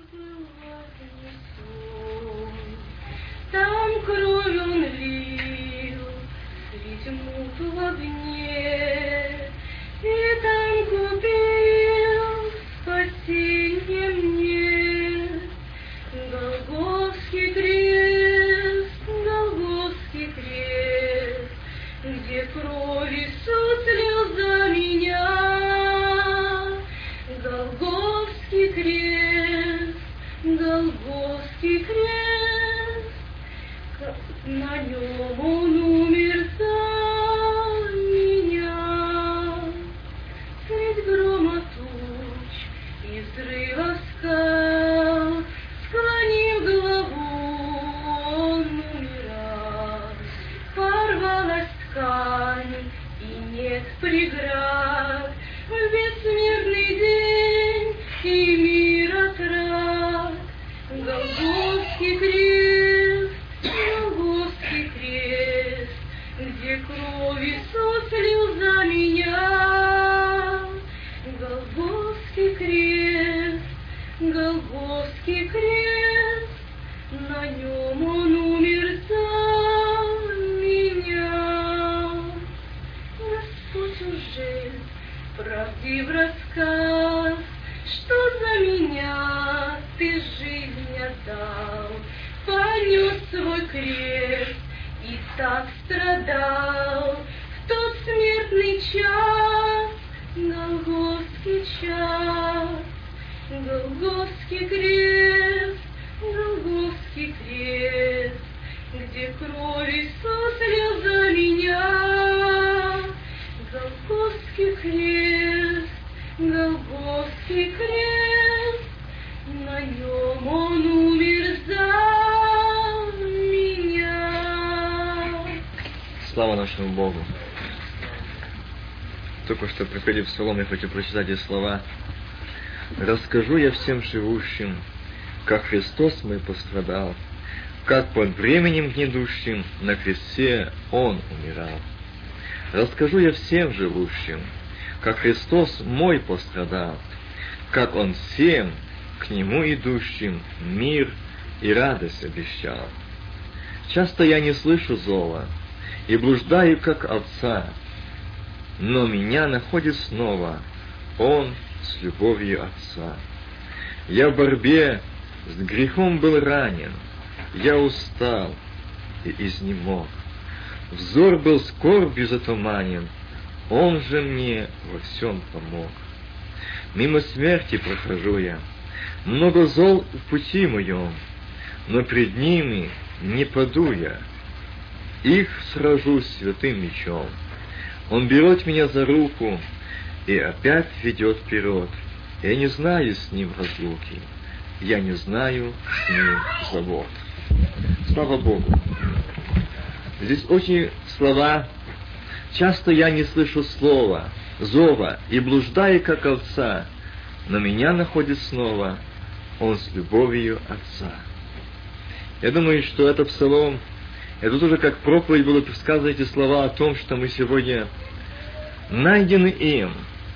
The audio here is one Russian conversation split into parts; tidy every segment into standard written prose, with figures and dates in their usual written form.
Там кровь он лил средь мук в огне, и там купил спасенье мне. Голгофский крест, где кровь Иисус лил за меня. Голгофский крест, на нем он умер за меня. Средь грома туч и взрыва скал, склонив голову, он умирал. Порвалась ткань, и нет преград, в бессмертный день и мир отрад. Голгофский крест, где кровь Иисус лил за меня. Голгофский крест, на нем он умер за меня. Господь уже правдив рассказ, что за меня ты жизнь отдал, понес свой крест и так страдал в тот смертный час. Голгофский час, Голгофский крест, где кровь Иисус лил за меня. Голгофский крест, на нем он умер за меня. Слава нашему Богу! Только что, приходив в Псалом, я хочу прочитать эти слова. «Расскажу я всем живущим, как Христос мой пострадал, как под временем гнедущим на кресте Он умирал. Расскажу я всем живущим, как Христос мой пострадал, как Он всем к Нему идущим мир и радость обещал. Часто я не слышу зова и блуждаю, как овца, но меня находит снова Он с любовью Отца. Я в борьбе с грехом был ранен, я устал и изнемог. Взор был скорбью затуманен, Он же мне во всем помог. Мимо смерти прохожу я, много зол в пути моем, но пред ними не паду я, их сражу святым мечом. Он берет меня за руку и опять ведет вперед. Я не знаю с Ним разлуки, я не знаю с Ним забот. Слава Богу! Здесь очень слова. Часто я не слышу слова, зова, и блуждаю, как овца, но меня находит снова Он с любовью Отца. Я думаю, что это псалом, это тоже как проповедь было сказано эти слова о том, что мы сегодня найдены им.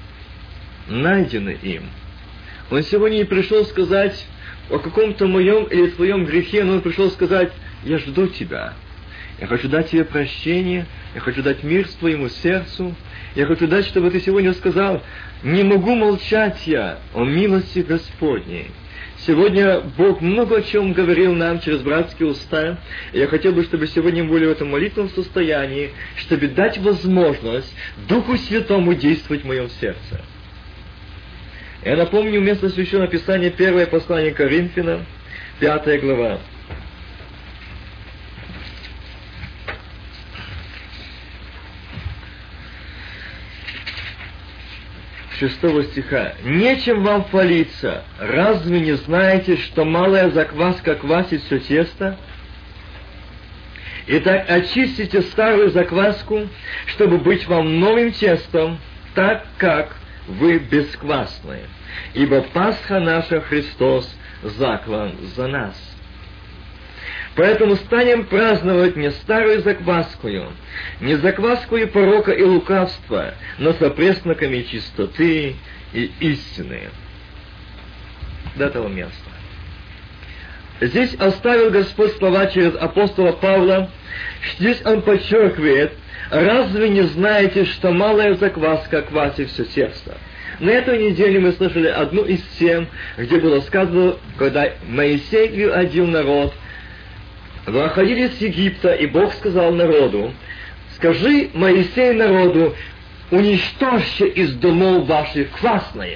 Он сегодня не пришел сказать о каком-то моем или твоем грехе, но Он пришел сказать: я жду тебя. Я хочу дать тебе прощение, я хочу дать мир твоему сердцу, я хочу дать, чтобы ты сегодня сказал: не могу молчать я о милости Господней. Сегодня Бог много о чем говорил нам через братские уста, и я хотел бы, чтобы сегодня мы были в этом молитвенном состоянии, чтобы дать возможность Духу Святому действовать в моем сердце. Я напомню место Священного Писания, 1 послание Коринфянам, 5 глава. 6 стиха. «Нечем вам хвалиться, разве не знаете, что малая закваска квасит все тесто? Итак, очистите старую закваску, чтобы быть вам новым тестом, так как вы бесквасные. Ибо Пасха наша Христос заклан за нас». Поэтому станем праздновать не старую закваскую, не закваскую порока и лукавства, но со пресноками чистоты и истины. До этого места. здесь оставил Господь слова через апостола Павла. Здесь он подчеркивает: разве не знаете, что малая закваска квасит все тесто? На этой неделе мы слышали одну из тем, где было сказано, когда Моисей выводил народ, выходили с Египта, и Бог сказал народу: скажи, Моисей, народу, уничтожьте из домов ваших квасное.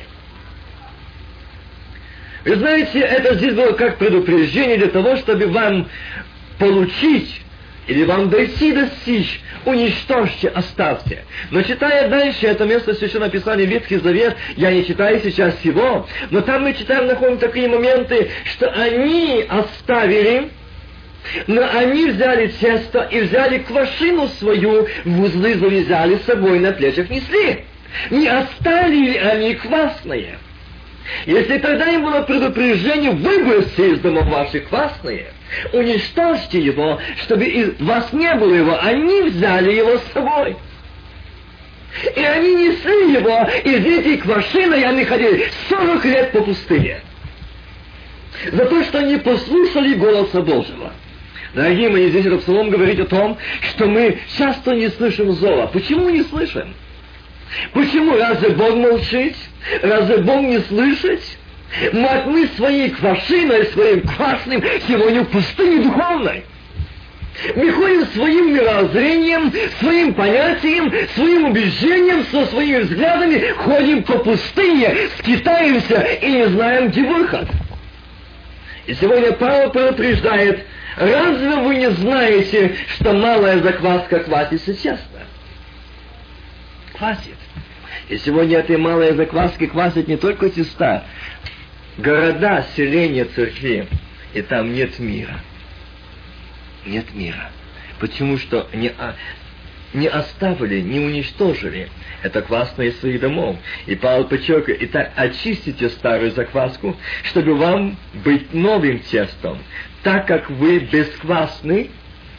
Вы знаете, это здесь было как предупреждение для того, чтобы вам получить или вам достичь, уничтожьте, оставьте. Но читая дальше это место Священного Писания, Ветхий Завет, я не читаю сейчас его, но там мы читаем, находим такие моменты, что они оставили, но они взяли тесто и взяли квашину свою, в узлы завязали с собой, на плечах несли. Не оставили они квасное. Если тогда им было предупреждение: выбросьте из домов ваших квасное, уничтожьте его, чтобы из вас не было его, они взяли его с собой. И они несли его из этой квашины, и они ходили 40 лет по пустыне. За то, что они послушали голоса Божьего. Дорогие мои, здесь этот псалом говорит о том, что мы часто не слышим зова. Почему не слышим? Почему? Разве Бог молчит? Разве Бог не слышит? Мы своей квашиной, своим квасным сегодня в пустыне духовной. Мы ходим своим мировоззрением, своим понятием, своим убеждением, со своими взглядами, ходим по пустыне, скитаемся и не знаем, где выход. И сегодня Павел предупреждает: разве вы не знаете, что малая закваска квасится честно? Квасит. И сегодня этой малой закваски квасит не только теста, города, селения, церкви, и там нет мира. Нет мира. Потому что не оставили, не уничтожили это квасное из своих домов. И Павел подчеркивает: итак, очистите старую закваску, чтобы вам быть новым тестом, так как вы бесквасны.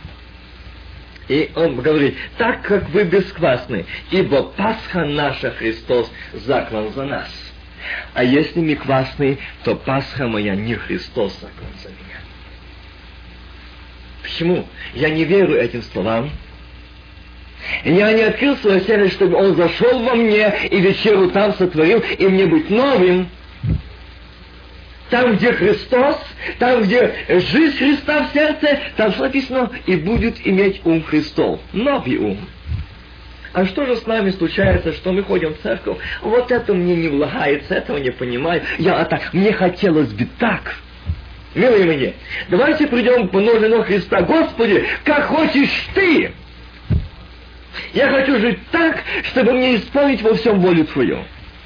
И он говорит: так как вы бесквасны, ибо Пасха наша, Христос, заклан за нас. А если мы квасны, то Пасха моя не Христос заклан за меня. Почему? Я не верю этим словам. Я не открыл свое сердце, чтобы Он зашел во мне и вечеру там сотворил, и мне быть новым. Там, где Христос, там, где жизнь Христа в сердце, там что написано: и будет иметь ум Христов, новый ум. А что же с нами случается, что мы ходим в церковь? Вот это мне не влагается, этого не понимаю. Мне хотелось бы так. Милые мои, давайте придем по ножину Христа. Господи, как хочешь Ты! Я хочу жить так, чтобы мне исполнить во всем волю Твою.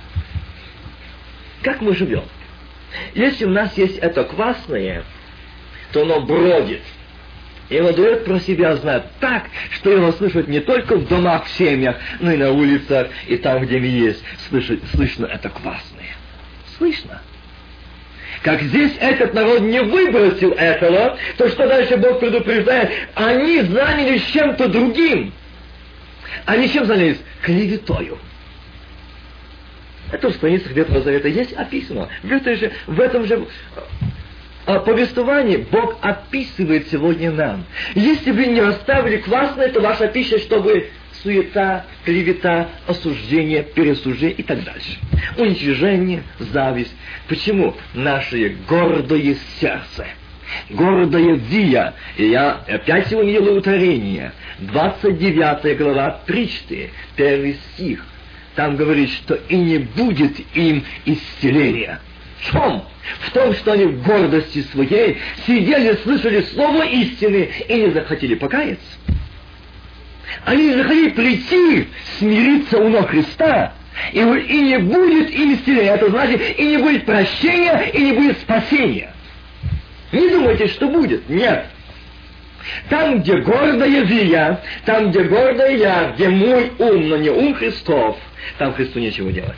Как мы живем? Если у нас есть это квасное, то оно бродит. И оно дает про себя знать так, что его слышат не только в домах, в семьях, но и на улицах, и там, где мы есть. Слышно это квасное. Слышно. Как здесь этот народ не выбросил этого, то что дальше Бог предупреждает? Они занялись чем-то другим. Они чем занялись? Клеветою. Это в страницах Ветхого Завета есть описано. В этом же повествовании Бог описывает сегодня нам. Если вы не оставили квасное, то ваша пища, чтобы суета, клевета, осуждение, пересуждение и так дальше. Уничижение, зависть. Почему? Наше гордое сердце. Гордая вия. И я опять сегодня делаю ударение. 29 глава притчи, 1 стих. Там говорит, что и не будет им исцеления. В чем? В том, что они в гордости своей сидели, слышали слово истины и не захотели покаяться. Они не захотели прийти, смириться у ног Христа, и не будет им исцеления. Это значит, и не будет прощения, и не будет спасения. Не думайте, что будет. Нет. Там, где гордая вия, там, где гордая я, где мой ум, но не ум Христов, там Христу нечего делать.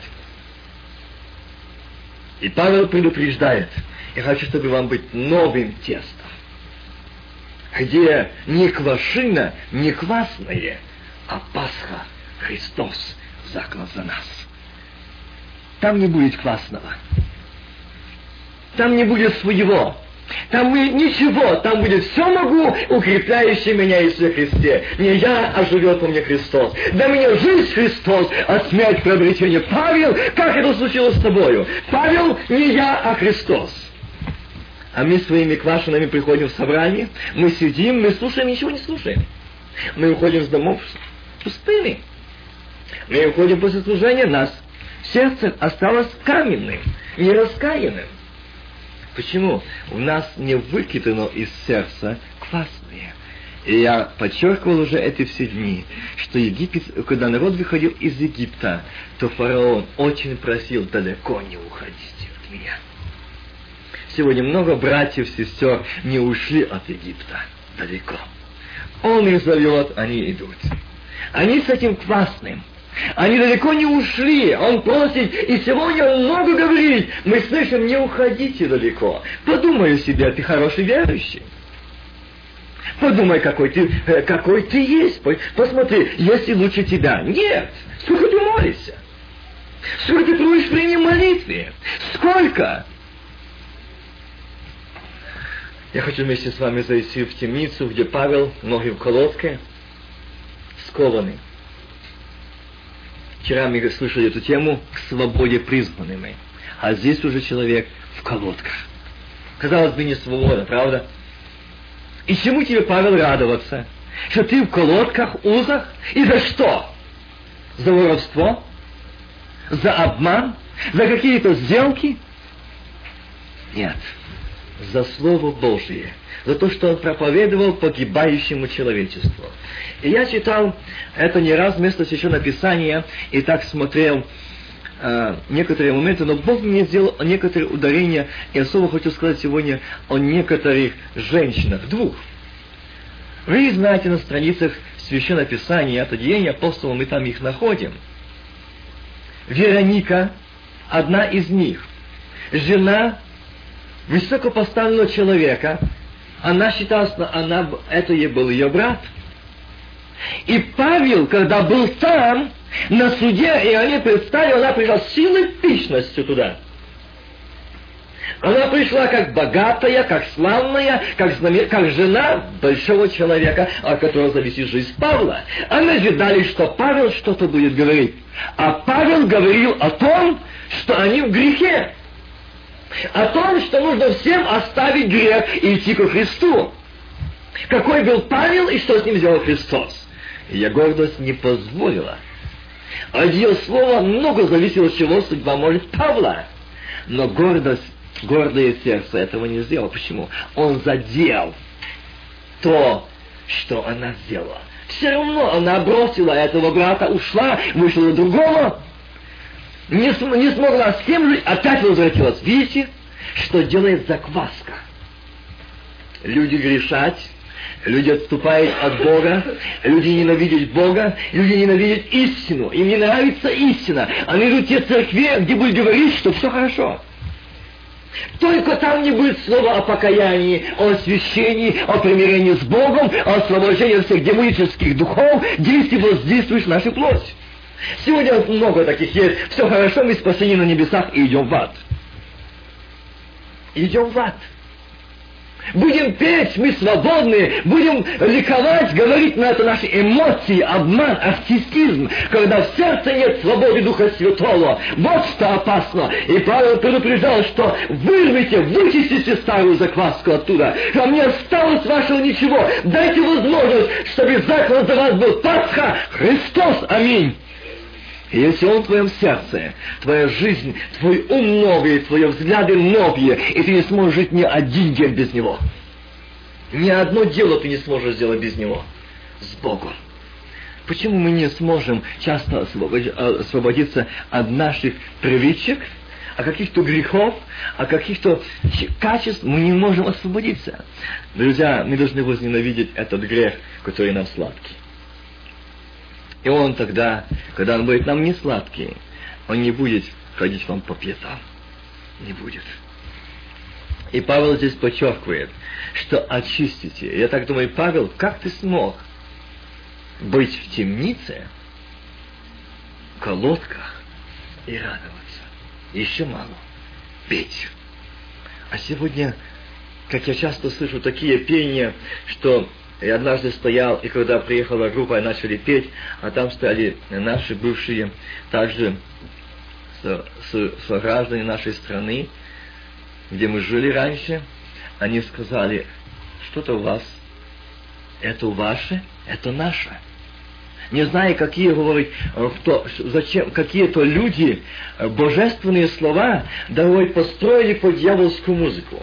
И Павел предупреждает: я хочу, чтобы вам быть новым тестом, где не квашина, не квасное, а Пасха, Христос, заклан за нас. Там не будет квасного. Там не будет своего. Там будет ничего, там будет все могу, укрепляющее меня Иисусе Христе. Не я, а живет во мне Христос. Да мне жизнь Христос, а смерть приобретение. Павел, как это случилось с тобою? Павел, не я, а Христос. А мы своими квашенами приходим в собрание, мы сидим, мы слушаем, ничего не слушаем. Мы уходим с домов пустыми. Мы уходим после служения, нас сердце осталось каменным, нераскаянным. Почему? У нас не выкидано из сердца квасное. И я подчеркивал уже эти все дни, что когда народ выходил из Египта, то фараон очень просил: далеко не уходите от меня. Сегодня много братьев, сестер не ушли от Египта далеко. Он их зовет, они идут. Они с этим квасным. Они далеко не ушли. Он просит, и сегодня он много говорит. Мы слышим: не уходите далеко. Подумай о себе, ты хороший верующий. Подумай, какой ты есть. Посмотри, есть ли лучше тебя? Нет. Сколько ты молишься? Сколько ты проводишь время в молитве? Сколько? Я хочу вместе с вами зайти в темницу, где Павел, ноги в колодке, скованы. Вчера мы слышали эту тему «К свободе призванными». А здесь уже человек в колодках. Казалось бы, не свобода, правда? И чему тебе, Павел, радоваться? Что ты в колодках, узах? И за что? За воровство? За обман? За какие-то сделки? Нет. За Слово Божие, за то, что он проповедовал погибающему человечеству. И я читал это не раз вместо Священного Писания, и так смотрел некоторые моменты, но Бог мне сделал некоторые ударения, и особо хочу сказать сегодня о некоторых женщинах, двух. Вы знаете, на страницах Священного Писания, от Деяния апостолов, мы там их находим. Вероника, одна из них, жена высокопоставленного человека, она считалась, это был ее брат. И Павел, когда был там, на суде, и они представили, она пришла с силой пышностью туда. Она пришла как богатая, как славная, как жена большого человека, от которого зависит жизнь Павла. Они ожидали, что Павел что-то будет говорить. А Павел говорил о том, что они в грехе. О том, что нужно всем оставить грех и идти ко Христу. Какой был Павел и что с ним сделал Христос. Ее гордость не позволила. От ее слова много зависело, чего судьба может Павла. Но гордое сердце этого не сделало. Почему? Он задел то, что она сделала. Все равно она бросила этого брата, ушла, вышла до другого. Не смогла с тем жить, опять возвратилась. Видите, что делает закваска? Люди грешат, люди отступают от Бога, люди ненавидят Бога, люди ненавидят истину. Им не нравится истина. Они идут в те церкви, где будут говорить, что все хорошо. Только там не будет слова о покаянии, о освящении, о примирении с Богом, о освобождении всех демонических духов, если воздействуешь нашу плоть. Сегодня много таких есть. Все хорошо, мы спасены на небесах и идем в ад. Идем в ад. Будем петь, мы свободны, будем ликовать, говорить на это наши эмоции, обман, артистизм, когда в сердце нет свободы Духа Святого. Вот что опасно. И Павел предупреждал, что вырвите, вычистите старую закваску оттуда. А мне осталось вашего ничего. Дайте возможность, чтобы заклад за вас был Пасха, Христос. Аминь. И если Он в твоем сердце, твоя жизнь, твой ум новый, твои взгляды новые, и ты не сможешь жить ни один день без Него. Ни одно дело ты не сможешь сделать без Него. С Богом. Почему мы не сможем часто освободиться от наших привычек, от каких-то грехов, от каких-то качеств мы не можем освободиться? Друзья, мы должны возненавидеть этот грех, который нам сладкий. И он тогда, когда он будет нам не сладкий, он не будет ходить вам по пятам. Не будет. И Павел здесь подчеркивает, что очистите. Я так думаю, Павел, как ты смог быть в темнице, в колодках и радоваться? Еще мало. Петь. А сегодня как я часто слышу такие пения, что я однажды стоял, и когда приехала группа, и начали петь, а там стояли наши бывшие, также сограждане нашей страны, где мы жили раньше, они сказали, что-то у вас, это ваше, это наше. Не зная, какие говорить, зачем какие-то люди божественные слова, построили под дьявольскую музыку.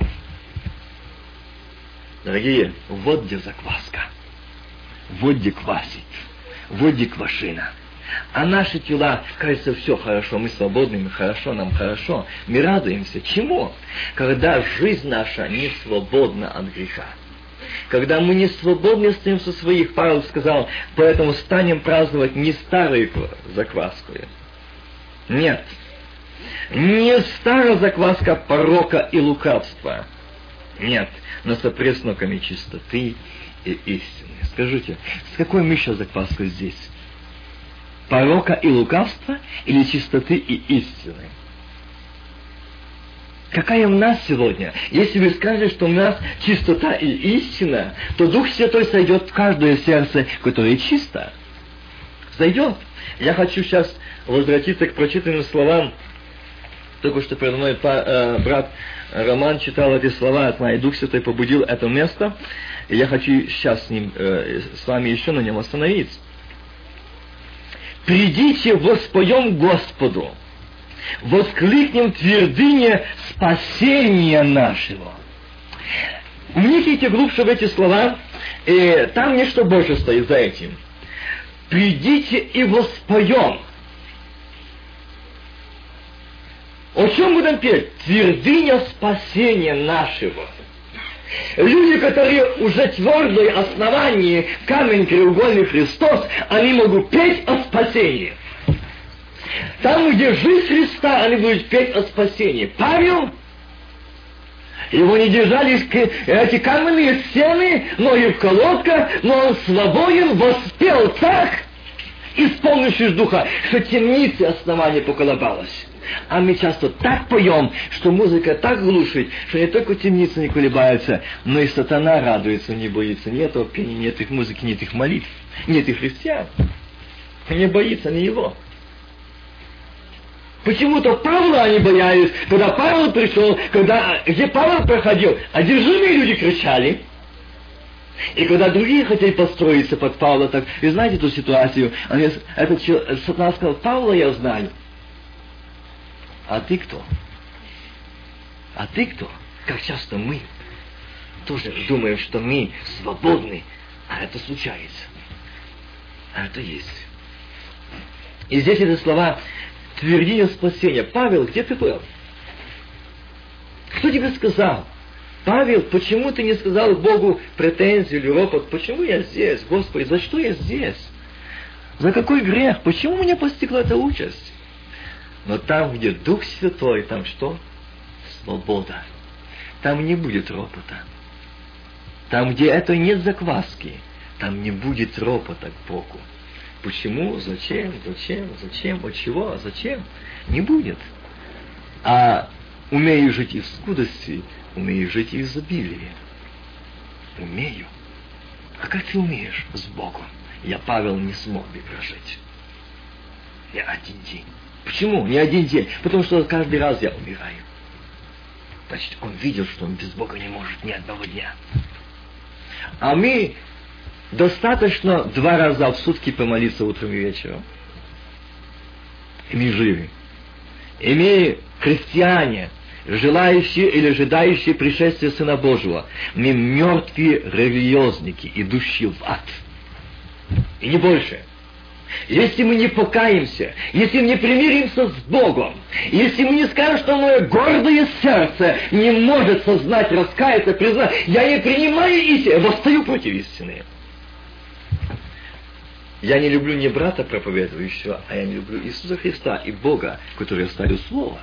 Дорогие, вот где закваска, вот где квасит, вот где квашина. А наши тела, кажется, все хорошо, мы свободны, мы хорошо, нам хорошо, мы радуемся. Чему? Когда жизнь наша не свободна от греха. Когда мы не свободны остаемся своих, Павел сказал, поэтому станем праздновать не старую закваску. Нет. Не старая закваска порока и лукавства. Нет. Но с опресноками чистоты и истины. Скажите, с какой мы еще закваской здесь? Порока и лукавства или чистоты и истины? Какая у нас сегодня? Если вы скажете, что у нас чистота и истина, то Дух Святой сойдет в каждое сердце, которое чисто. Сойдет. Я хочу сейчас возвратиться к прочитанным словам. Только что передо мной брат Роман читал эти слова, и Дух Святой побудил это место. И я хочу сейчас с вами еще на нем остановиться. «Придите, воспоем Господу, воскликнем твердыне спасения нашего». Вникните глубже в эти слова, и там нечто Божье стоит за этим. «Придите и воспоем». О чем будем петь? Твердыня спасения нашего. Люди, которые уже твердое основание, камень краеугольный Христос, они могут петь о спасении. Там, где жизнь Христа, они будут петь о спасении. Павел, его не держали эти каменные стены, ноги в колодках, но он свободен, воспел так, исполнившись духа, что темницы основания поколебалось. А мы часто так поем, что музыка так глушит, что не только темницы не колебаются, но и сатана радуется, не боится. Нет этого пения, нет их музыки, нет их молитв, нет их христиан. Не боится ни его. Почему-то Павла они боялись, когда Павел пришел, где Павел проходил, одержимые люди кричали. И когда другие хотели построиться под Павла, так, и знаете эту ситуацию, сатана сказал, Павла я знаю. А ты кто? А ты кто? Как часто мы тоже думаем, что мы свободны, а это случается. А это есть. И здесь эти слова твердиня спасения. Павел, где ты был? Кто тебе сказал? Павел, почему ты не сказал Богу претензию или ропот? Почему я здесь, Господи? За что я здесь? За какой грех? Почему меня постигла эта участь? Но там, где Дух Святой, там что? Свобода. Там не будет ропота. Там, где это нет закваски, там не будет ропота к Богу. Почему? Зачем? От чего? Зачем? Не будет. А умею жить и в скудости, умею жить и в изобилии. Умею. А как ты умеешь с Богом? Я, Павел, не смог бы прожить. Я один день. Почему? Не один день. Потому что каждый раз я умираю. Значит, он видел, что он без Бога не может ни одного дня. А мы достаточно 2 раза в сутки помолиться утром и вечером. И мы живы. И мы христиане, желающие или ожидающие пришествия Сына Божьего. Мы мертвые религиозники, идущие в ад. И не больше. Если мы не покаемся, если мы не примиримся с Богом, если мы не скажем, что мое гордое сердце не может сознать, раскаяться, признать, я не принимаю истину, я восстаю против истины. Я не люблю не брата проповедующего, а я не люблю Иисуса Христа и Бога, который оставил Слово.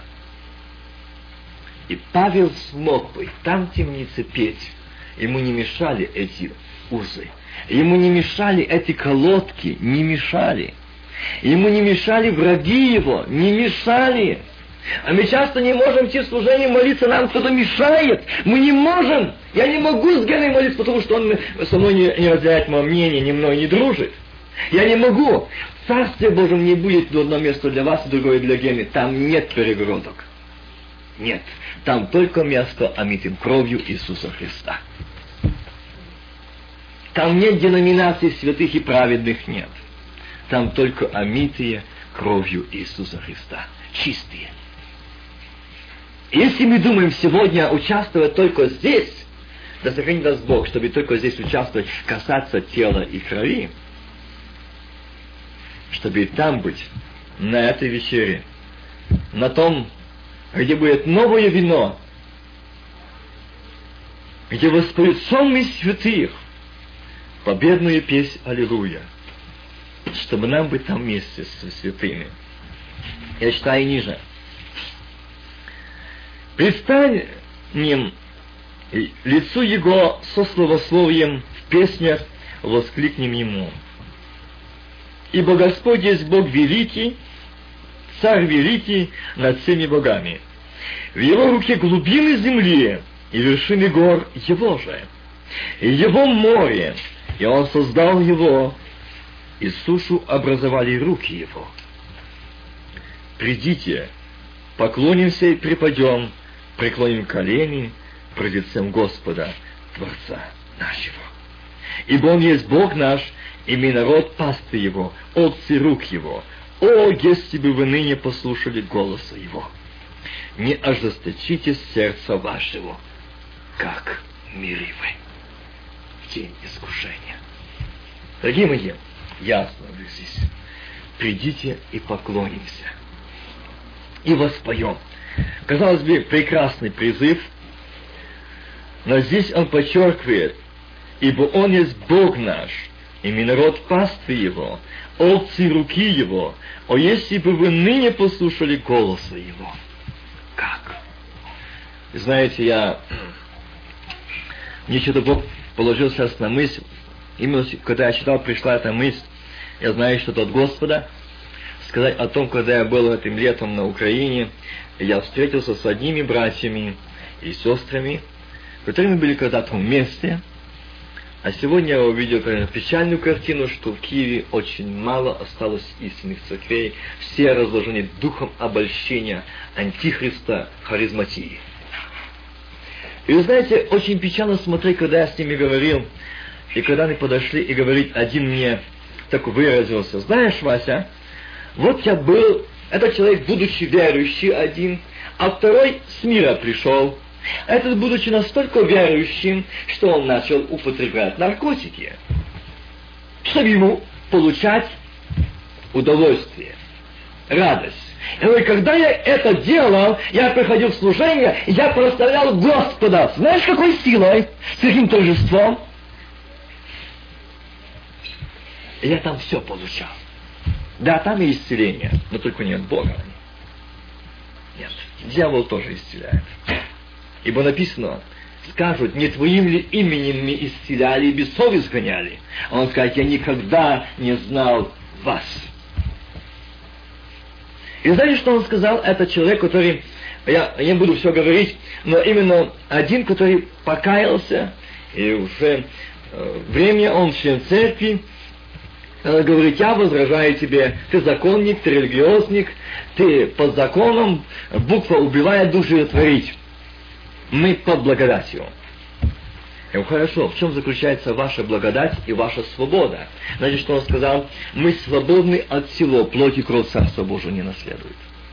И Павел смог бы там в темнице петь. Ему не мешали эти узы. Ему не мешали эти колодки, не мешали. Ему не мешали враги его, не мешали. А мы часто не можем идти в служение молиться, нам кто-то мешает. Мы не можем. Я не могу с Геной молиться, потому что он со мной не разделяет мое мнение, ни мной не дружит. Я не могу. В Царстве Божьем не будет одно место для вас, другое для Гены. Там нет перегородок. Нет. Там только место, омитым кровью Иисуса Христа. Там нет деноминаций святых и праведных, нет. Там только омитые кровью Иисуса Христа. Чистые. Если мы думаем сегодня участвовать только здесь, да сохрани нас Бог, чтобы только здесь участвовать, касаться тела и крови, чтобы и там быть, на этой вечере, на том, где будет новое вино, где воспоют сонмы святых, победную песнь «Аллилуйя», чтобы нам быть там вместе со святыми. Я читаю ниже. «Предстанем лицу Его со словословием в песнях, воскликнем Ему. Ибо Господь есть Бог великий, Царь великий над всеми богами. В Его руке глубины земли и вершины гор Его же. И Его море, и Он создал его, и сушу образовали руки Его. Придите, поклонимся и преподем, преклоним колени пред лицем Господа, Творца нашего. Ибо Он есть Бог наш, и мы народ паствы Его, овцы рук Его. О, если бы вы ныне послушали голоса Его! Не ожесточите сердца вашего, как в мире вы, в день искушения». Дорогие мои, ясно здесь. Придите и поклонимся. И воспоем. Казалось бы, прекрасный призыв, но здесь он подчеркивает: ибо Он есть Бог наш, и мы народ паствы Его, овцы руки Его. О, если бы вы ныне послушали голоса Его! Как? Знаете, мне что-то Бог положил сейчас на мысль, именно когда я читал, пришла эта мысль, я знаю, что от Господа, сказать о том, когда я был этим летом на Украине, я встретился с одними братьями и сестрами, которыми были когда-то вместе, а сегодня я увидел печальную картину, что в Киеве очень мало осталось истинных церквей, все разложены духом обольщения, антихриста, харизматии. И вы знаете, очень печально смотреть, когда я с ними говорил, и когда они подошли и говорит, один мне так выразился: знаешь, Вася, вот я был, этот человек, будучи верующий один, а второй с мира пришел. Этот, будучи настолько верующим, что он начал употреблять наркотики, чтобы ему получать удовольствие, радость. И когда я это делал, я приходил в служение, я прославлял Господа. Знаешь, какой силой? С каким торжеством? И я там все получал. Да, там и исцеление, но только не от Бога. Нет, дьявол тоже исцеляет. Ибо написано, скажут, не твоим ли именем мы исцеляли и бесов изгоняли? А он скажет, я никогда не знал вас. И знаете, что он сказал? Это человек, который, я не буду все говорить, но именно один, который покаялся, и уже время он член церкви, говорит, я возражаю тебе, ты законник, ты религиозник, ты под законом, буква убивает, душу творить. Мы под благодатью. И хорошо, в чем заключается ваша благодать и ваша свобода? Знаете, что он сказал? Мы свободны от всего, плоть и кровь Царства Божьего не наследует.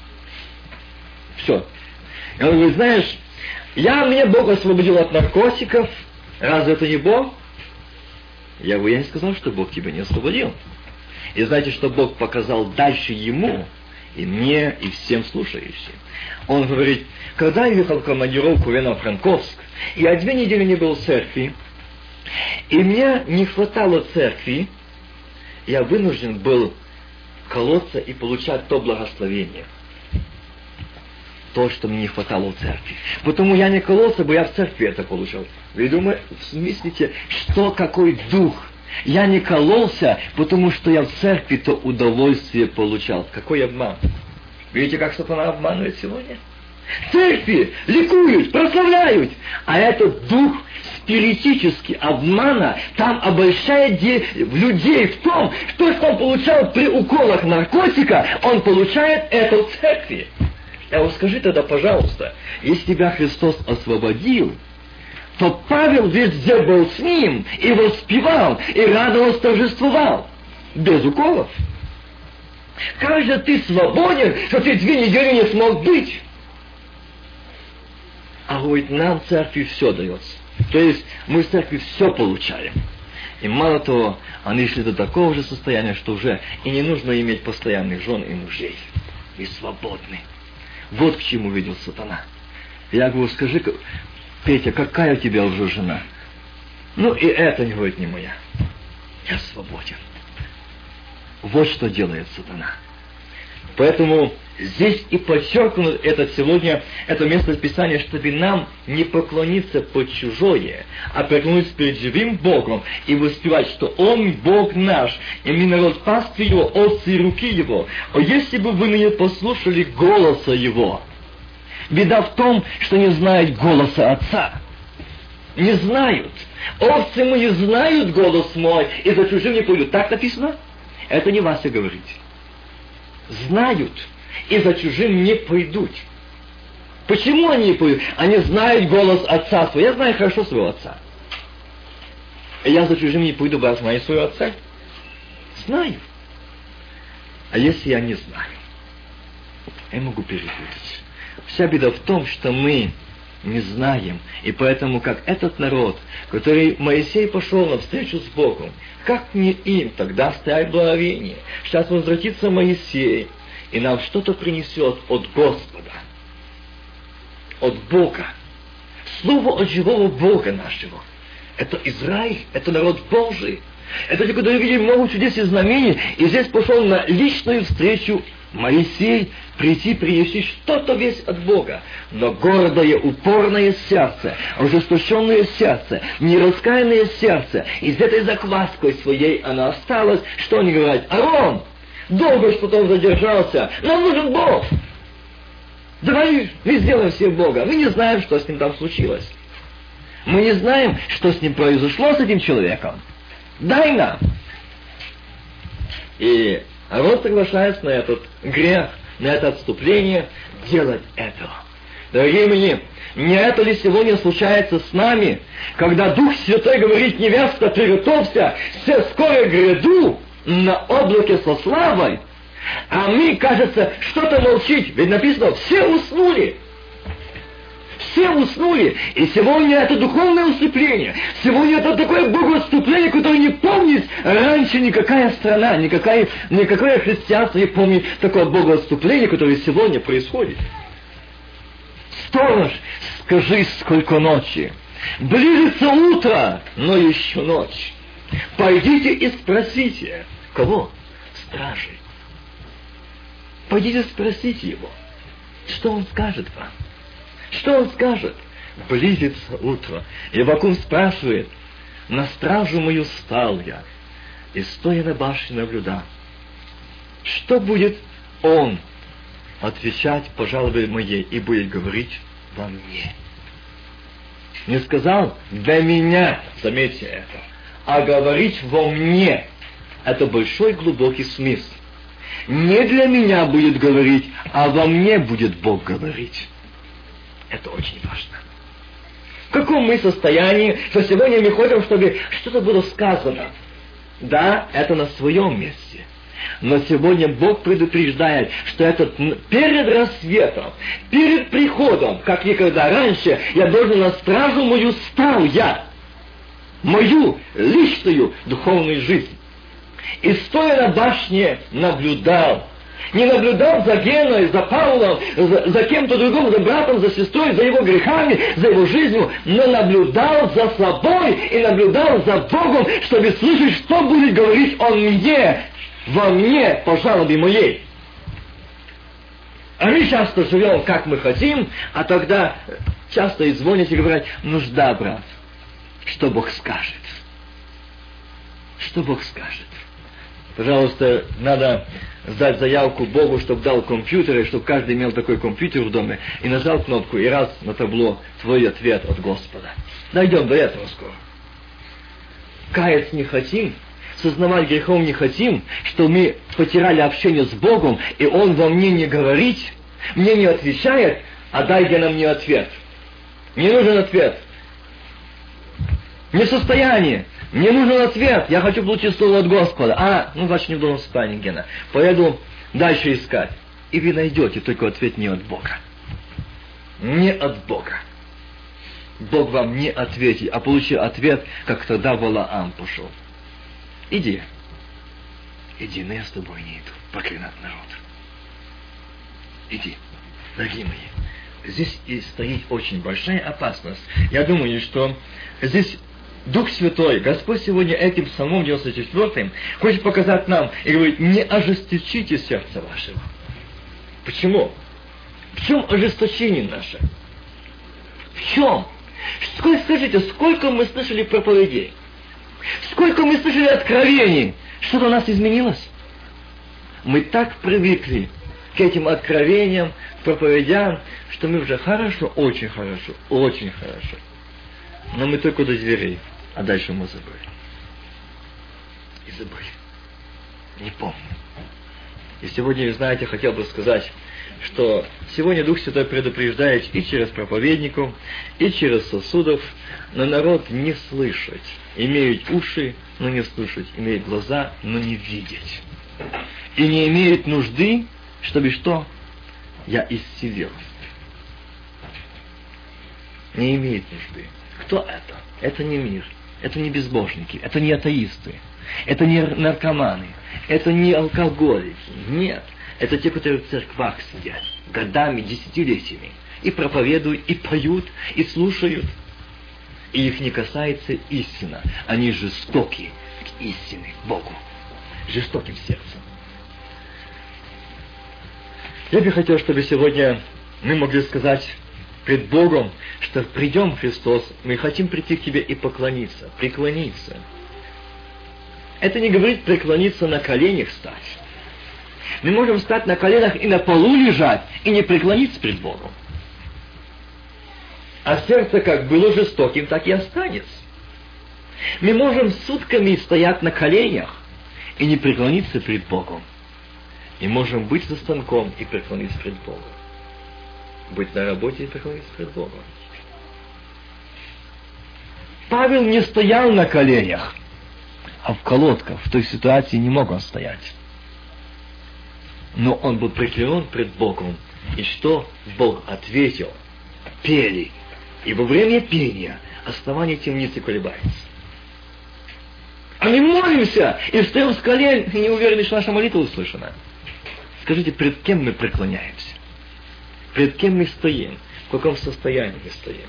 Все. И он говорит, знаешь, мне Бог освободил от наркотиков, разве это не Бог? Я не сказал, что Бог тебя не освободил. И знаете, что Бог показал дальше ему, и мне, и всем слушающим? Он говорит, когда я ехал в командировку в Ивано-Франковск, я 2 недели не был в церкви, и мне не хватало церкви, я вынужден был колоться и получать то благословение, то, что мне не хватало в церкви. Потому я не кололся бы, я в церкви это получал. Вы думаете, смыслите, что какой дух? Я не кололся, потому что я в церкви то удовольствие получал. Какой обман? Видите, как сатана обманывает сегодня? Церкви ликуют, прославляют, а этот дух спиритический обмана там обольщает людей в том, что он получал при уколах наркотика, он получает это в церкви. Я вам скажи тогда, пожалуйста, если тебя Христос освободил, то Павел везде был с ним, и воспевал, и радовался, торжествовал, без уколов. Как же ты свободен, что ты 2 недели не смог быть? А говорит, нам в церкви все дается. То есть мы в церкви все получаем. И мало того, они шли до такого же состояния, что уже и не нужно иметь постоянных жен и мужей. И свободны. Вот к чему видел сатана. Я говорю, скажи, Петя, какая у тебя уже жена? Ну и это, говорит, не моя. Я свободен. Вот что делает сатана. Поэтому здесь и подчеркнуто сегодня это место Писания, чтобы нам не поклониться под чужое, а преклониться перед живым Богом и воспевать, что Он Бог наш, и мы народ паствы Его, овцы руки Его. А если бы вы не послушали голоса Его, беда в том, что не знают голоса Отца. Не знают. Овцы мои знают голос мой, и за чужим не пойдут. Так написано? Это не Вася говорит. Знают, и за чужим не пойдут. Почему они не пойдут? Они знают голос Отца своего. Я знаю хорошо своего Отца. И я за чужим не пойду, бо я знаю своего Отца. Знаю. А если я не знаю, я могу перепутать. Вся беда в том, что мы не знаем, и поэтому, как этот народ, который Моисей пошел навстречу с Богом, как не им тогда стоять благовение? Сейчас возвратится Моисей, и нам что-то принесет от Господа, от Бога. Слово от живого Бога нашего. Это Израиль, это народ Божий. Это те, которые видели много чудес и знамений, и здесь пошел на личную встречу Моисей, принести что-то весь от Бога. Но гордое, упорное сердце, ожесточенное сердце, нераскаянное сердце, из этой закваской своей она осталась. Что они говорят? Аарон, долго что-то он задержался, нам нужен Бог. Давай мы сделаем себе Бога. Мы не знаем, что с ним там случилось. Мы не знаем, что с ним произошло, с этим человеком. Дай нам. И Аарон соглашается на этот грех, на это отступление, делать этого. Дорогие мои, не это ли сегодня случается с нами, когда Дух Святой говорит: невеста, приготовься, все скоро гряду на облаке со славой, а мы, кажется, что-то молчить, ведь написано, все уснули. Все уснули, и сегодня это духовное усыпление, сегодня это такое богоотступление, которое не помнит раньше никакая страна, никакое христианство не помнит такое богоотступление, которое сегодня происходит. Сторож, скажи, сколько ночи, близится утро, но еще ночь. Пойдите и спросите. Кого? Стражи. Пойдите спросите его, что он скажет вам. Что он скажет? Близится утро. Иовакум спрашивает: на стражу мою стал я, и стоя на башне наблюдал. Что будет он отвечать по жалобе моей и будет говорить во мне? Не сказал для меня, заметьте это, а говорить во мне. Это большой глубокий смысл. Не для меня будет говорить, а во мне будет Бог говорить. Это очень важно. В каком мы состоянии, что сегодня мы хотим, чтобы что-то было сказано? Да, это на своем месте. Но сегодня Бог предупреждает, что это перед рассветом, перед приходом, как никогда раньше, я должен на стражу мою стал я. Мою личную духовную жизнь. И стоя на башне наблюдал. Не наблюдал за Геной, за Павлом, за кем-то другим, за братом, за сестрой, за его грехами, за его жизнью, но наблюдал за собой и наблюдал за Богом, чтобы слышать, что будет говорить Он мне, во мне, по жалобе моей. А мы часто живем, как мы хотим, а тогда часто и звонят и говорят: нужда, брат, что Бог скажет? Что Бог скажет? Пожалуйста, надо сдать заявку Богу, чтобы дал компьютер, и чтобы каждый имел такой компьютер в доме, и нажал кнопку, и раз на табло твой ответ от Господа. Дойдем до этого скоро. Каяться не хотим, сознавать грехом не хотим, что мы потеряли общение с Богом, и Он во мне не говорит, мне не отвечает, а дайте нам не ответ. Не нужен ответ. Не в состоянии. Мне нужен ответ. Я хочу получить слово от Господа. Значит, не в дома спальни, Гена. Поеду дальше искать. И вы найдете, только ответ не от Бога. Не от Бога. Бог вам не ответит, а получил ответ, как тогда Валаам пошел. Иди, но я с тобой не иду, проклинать народ. Иди, дорогие мои. Здесь и стоит очень большая опасность. Я думаю, что здесь Дух Святой, Господь сегодня этим Псалмом 94 хочет показать нам и говорит: не ожесточите сердце вашего. Почему? В чем ожесточение наше? В чем? Скажите, сколько мы слышали проповедей? Сколько мы слышали откровений? Что-то у нас изменилось? Мы так привыкли к этим откровениям, к проповедям, что мы уже хорошо, очень хорошо, очень хорошо. Но мы только до дверей, а дальше мы забыли. И забыли. Не помню. И сегодня, вы знаете, хотел бы сказать, что сегодня Дух Святой предупреждает и через проповедников, и через сосудов, но народ не слышать. Имеют уши, но не слышать. Имеют глаза, но не видеть. И не имеют нужды, чтобы что? Я исцелил. Не имеет нужды. Кто это? Это не мир. Это не безбожники. Это не атеисты. Это не наркоманы. Это не алкоголики. Нет. Это те, которые в церквах сидят годами, десятилетиями. И проповедуют, и поют, и слушают. И их не касается истина. Они жестоки к истине, к Богу. Жестоким сердцем. Я бы хотел, чтобы сегодня мы могли сказать пред Богом, что придем, Христос, мы хотим прийти к Тебе и поклониться, преклониться. Это не говорит преклониться на коленях стать. Мы можем стать на коленях и на полу лежать, и не преклониться пред Богом. А сердце как было жестоким, так и останется. Мы можем сутками стоять на коленях и не преклониться пред Богом. И можем быть за станком и преклониться пред Богом. Быть на работе и преклониться пред Богом. Павел не стоял на коленях, а в колодках. В той ситуации не мог он стоять. Но он был преклонен пред Богом. И что Бог ответил? Пели. И во время пения основание темницы колебается. А мы молимся и встаем с колен, и не уверены, что наша молитва услышана. Скажите, пред кем мы преклоняемся? Пред кем мы стоим? В каком состоянии мы стоим?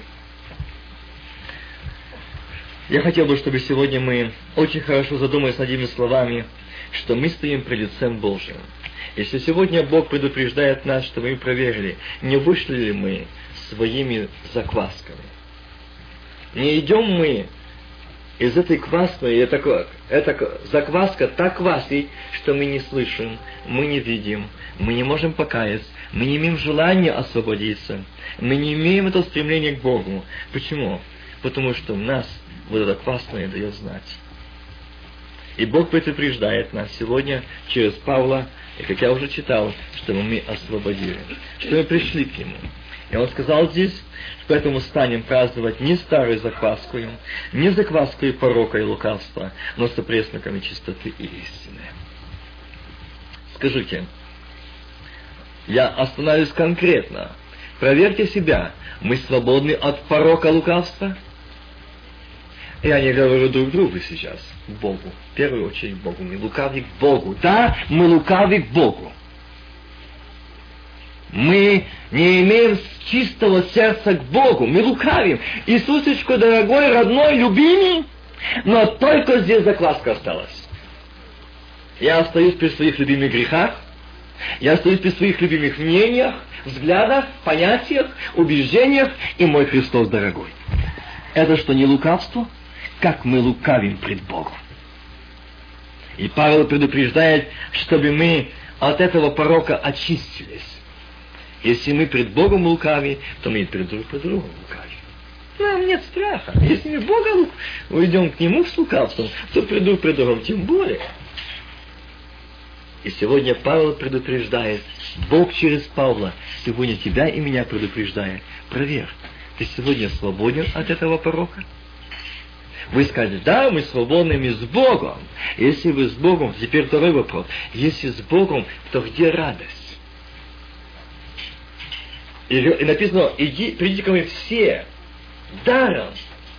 Я хотел бы, чтобы сегодня мы очень хорошо задумались над этими словами, что мы стоим пред лицем Божьим. Если сегодня Бог предупреждает нас, чтобы мы проверили, не вышли ли мы своими заквасками. Не идем мы из этой квасной, эта закваска так квасит, что мы не слышим, мы не видим, мы не можем покаяться, мы не имеем желания освободиться, мы не имеем этого стремления к Богу. Почему? Потому что у нас вот это квасное дает знать. И Бог предупреждает нас сегодня через Павла, и как я уже читал, чтобы мы освободили, что мы пришли к Нему. И Он сказал здесь, поэтому станем праздновать не старой закваскою, не закваской порока и лукавства, но с пресноками чистоты и истины. Скажите, я остановлюсь конкретно. Проверьте себя, мы свободны от порока лукавства? Я не говорю друг другу сейчас, Богу. В первую очередь Богу. Мы лукавы к Богу. Да, мы лукавы к Богу. Мы не имеем чистого сердца к Богу. Мы лукавим. Иисусечко, дорогой, родной, любимый, но только здесь закваска осталась. Я остаюсь при своих любимых грехах. Я остаюсь при своих любимых мнениях, взглядах, понятиях, убеждениях, и мой Христос дорогой. Это что, не лукавство? Как мы лукавим пред Богом. И Павел предупреждает, чтобы мы от этого порока очистились. Если мы пред Богом лукави, то мы пред друг другом лукави. Нам нет страха. Если мы Бога уйдем к Нему с лукавством, то пред другом тем более. И сегодня Павел предупреждает, Бог через Павла сегодня тебя и меня предупреждает. Проверь, ты сегодня свободен от этого порока? Вы скажете, да, мы свободны, мы с Богом. Если вы с Богом, теперь второй вопрос. Если с Богом, то где радость? И написано, придите ко мне все, даром.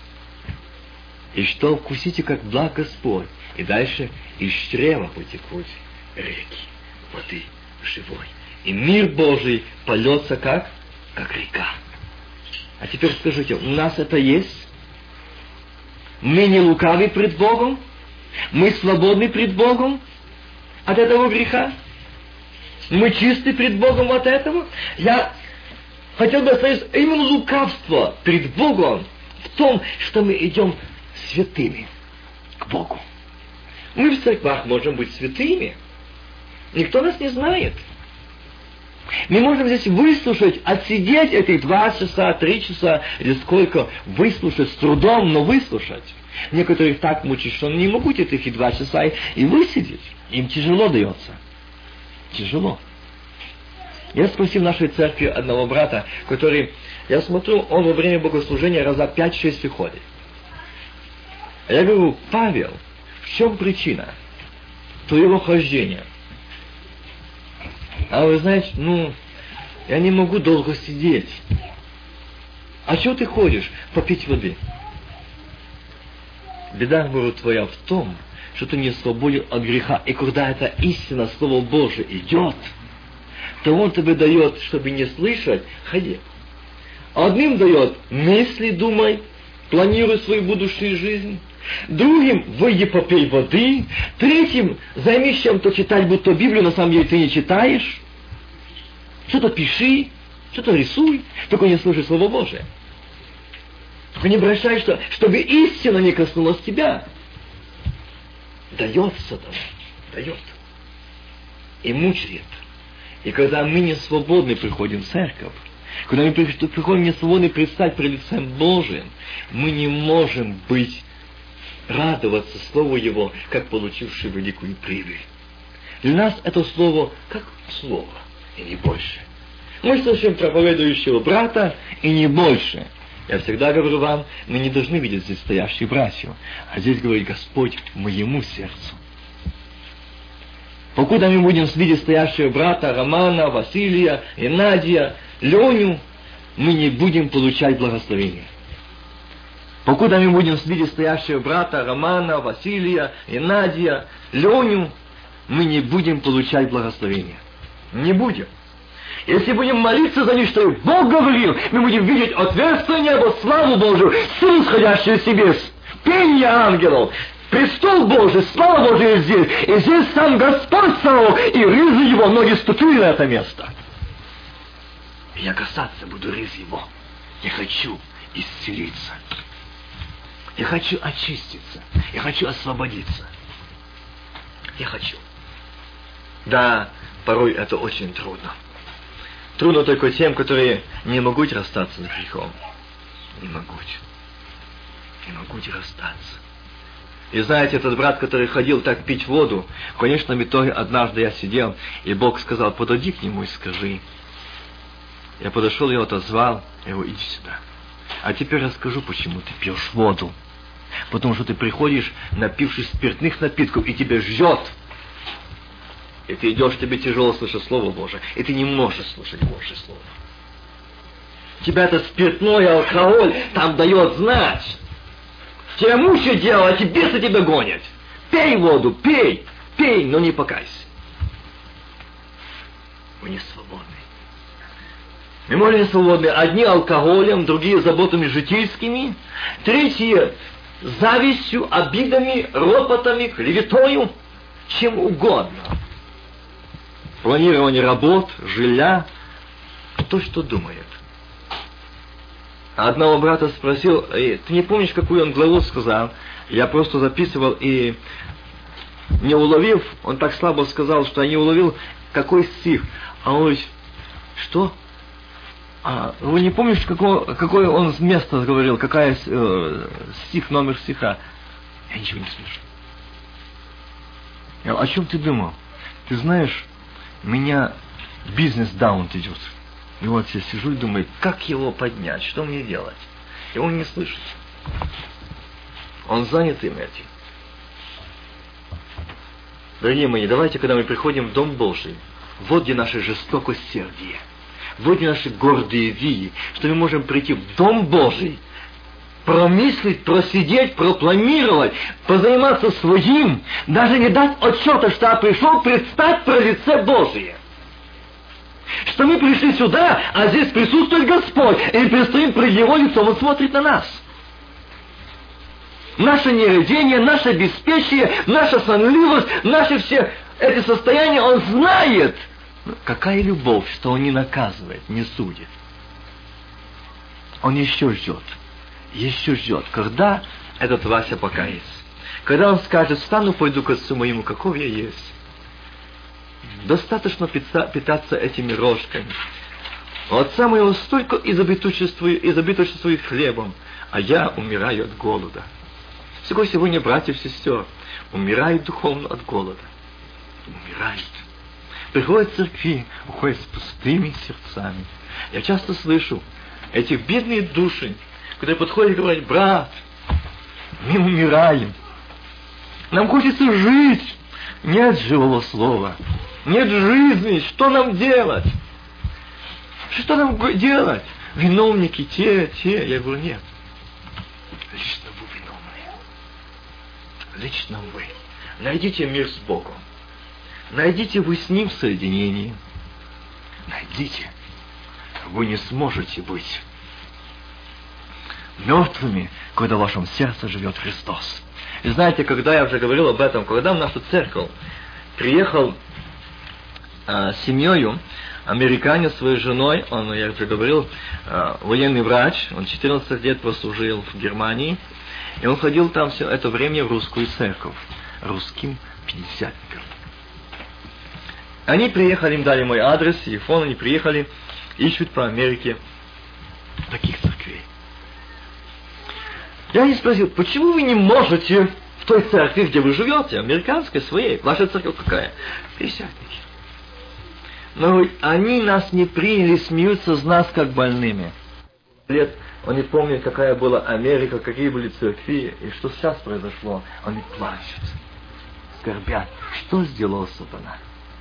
И что вкусите, как благ Господь. И дальше из чрева потекут реки воды живой. И мир Божий польется как река. А теперь скажите, у нас это есть? Мы не лукавы пред Богом? Мы свободны пред Богом от этого греха? Мы чисты пред Богом от этого? Я хотел бы оставить именно лукавство пред Богом в том, что мы идем святыми к Богу. Мы в церквах можем быть святыми. Никто нас не знает. Мы можем здесь выслушать, отсидеть эти 2 часа, 3 часа, или сколько, выслушать с трудом, но выслушать. Некоторых так мучить, что не могут эти 2 часа и высидеть. Им тяжело дается. Тяжело. Я спросил в нашей церкви одного брата, который, я смотрю, он во время богослужения раза 5-6 приходит. А я говорю, Павел, в чем причина твоего хождения? А вы знаете, я не могу долго сидеть. А чего ты ходишь? Попить воды. Беда, говорю, твоя в том, что ты не свободен от греха. И когда эта истина, Слово Божие идет, то Он тебе дает, чтобы не слышать, ходи. Одним дает мысли, думай, планируй свою будущую жизнь. Другим выйди попей воды. Третьим займись чем-то читать, будто Библию на самом деле ты не читаешь. Что-то пиши, что-то рисуй, только не слушай Слово Божие. Только не бросай, чтобы истина не коснулась тебя. Дает сатана, дает. И мучает. И когда мы не свободны приходим в церковь, когда мы приходим не свободны предстать пред лицем Божиим, мы не можем радоваться Слову Его, как получивший великую прибыль. Для нас это Слово как Слово, и не больше. Мы слышим проповедующего брата, и не больше. Я всегда говорю вам, мы не должны видеть здесь стоящих братьев, а здесь говорит Господь моему сердцу. Покуда мы будем видеть стоящего брата Романа, Василия, Геннадия, Леню, мы не будем получать благословения. Покуда мы будем видеть стоящего брата Романа, Василия, Геннадия, Леню, мы не будем получать благословения. Не будем. Если будем молиться за них, что Бог говорил, мы будем видеть отверстие неба, славу Божию, силу, сходящую с небес, пение ангелов, престол Божий, слава Божия здесь, и здесь сам Господь Саваоф, и рызы Его, ноги ступили на это место. И я касаться буду рыз Его. Я хочу исцелиться. Я хочу очиститься. Я хочу освободиться. Я хочу. Да, порой это очень трудно. Трудно только тем, которые не могут расстаться с грехом. Не могут. Не могут расстаться. И знаете, этот брат, который ходил так пить воду, в конечном итоге однажды я сидел, и Бог сказал, подойди к нему и скажи. Я подошел, я отозвал, я говорю, иди сюда. А теперь расскажу, почему ты пьешь воду. Потому что ты приходишь, напившись спиртных напитков, и тебя жжет. И ты идешь, тебе тяжело слышать Слово Божие, и ты не можешь слушать Божье Слово. Тебя это спиртной алкоголь там дает знать. Тебя мучают дело, а эти бесы тебя гонят. Пей воду, пей, но не покайся. Мы не свободны. Мы можем не свободны. Одни алкоголем, другие заботами житейскими, третьи завистью, обидами, ропотами, клеветою, чем угодно. Планирование работ, жилья, то, что думает. Одного брата спросил, ты не помнишь, какую он главу сказал? Я просто записывал, и не уловив, он так слабо сказал, что я не уловил, какой стих. А он говорит, что? Вы не помните, какое он место говорил, какая стих, номер стиха? Я ничего не слышу. Я, о чем ты думал? Ты знаешь, у меня бизнес даун идет. И вот я сижу и думаю, как его поднять, что мне делать? И он не слышит. Он занят им этим. Дорогие мои, давайте, когда мы приходим в Дом Божий, вот где наша жестокосердие, вот где наши гордые вии, что мы можем прийти в Дом Божий, промыслить, просидеть, пропланировать, позаниматься своим, даже не дать отчета, что я пришел предстать про лице Божие. Что мы пришли сюда, а здесь присутствует Господь, и мы предстоим пред Его лицом, Он смотрит на нас. Наше нерадение, наше беспечие, наша сонливость, наши все эти состояния Он знает. Какая любовь, что Он не наказывает, не судит. Он еще ждет, когда этот Вася покается. Когда он скажет, встану, пойду к отцу моему, каков я есть. Достаточно питаться этими рожками. У отца моего столько изобилующествует хлебом, а я умираю от голода. Всего сегодня братьев и сестер умирают духовно от голода. Умирают. Приходят в церкви, уходят с пустыми сердцами. Я часто слышу этих бедные души, которые подходят и говорят, брат, мы умираем. Нам хочется жить. Нет живого слова. Нет жизни. Что нам делать? Что нам делать? Виновники те. Я говорю, нет. Лично вы виновны. Лично вы. Найдите мир с Богом. Найдите вы с Ним в соединении. Найдите. Вы не сможете быть мертвыми, когда в вашем сердце живет Христос. И знаете, когда я уже говорил об этом, когда в нашу церковь приехал с семьей американец своей женой, он, я уже говорил, военный врач, он 14 лет прослужил в Германии, и он ходил там все это время в русскую церковь, русским пятидесятникам. Они приехали, им дали мой адрес, телефон, они приехали, ищут по Америке таких церквей. Я не спросил, почему вы не можете в той церкви, где вы живете, американской, своей, ваша церковь какая? Пятидесятники. Но они нас не приняли, смеются с нас, как больными. Лет, они помнят, какая была Америка, какие были церкви, и что сейчас произошло. Они плачут, скорбят. Что сделал сатана?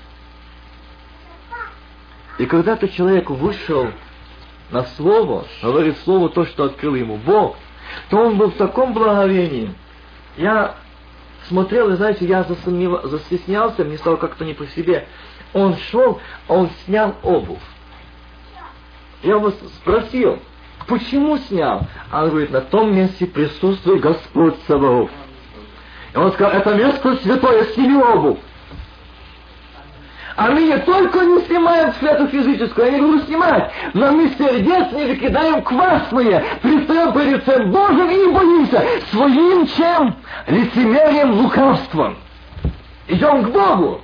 И когда-то человек вышел на слово, говорит слово то, что открыл ему Бог, то он был в таком благовении. Я смотрел, и знаете, я застеснялся, мне стало как-то не по себе. Он шел, он снял обувь. Я его спросил, почему снял? А он говорит, на том месте присутствует Господь Саваоф. И он сказал, это место святое, сними обувь. А мы не только не снимаем свету физическую, я не буду снимать, но мы сердец не выкидаем квасные, предстаем перед лицем Божьим и не боимся своим чем? Лицемерием, лукавством. Идем к Богу.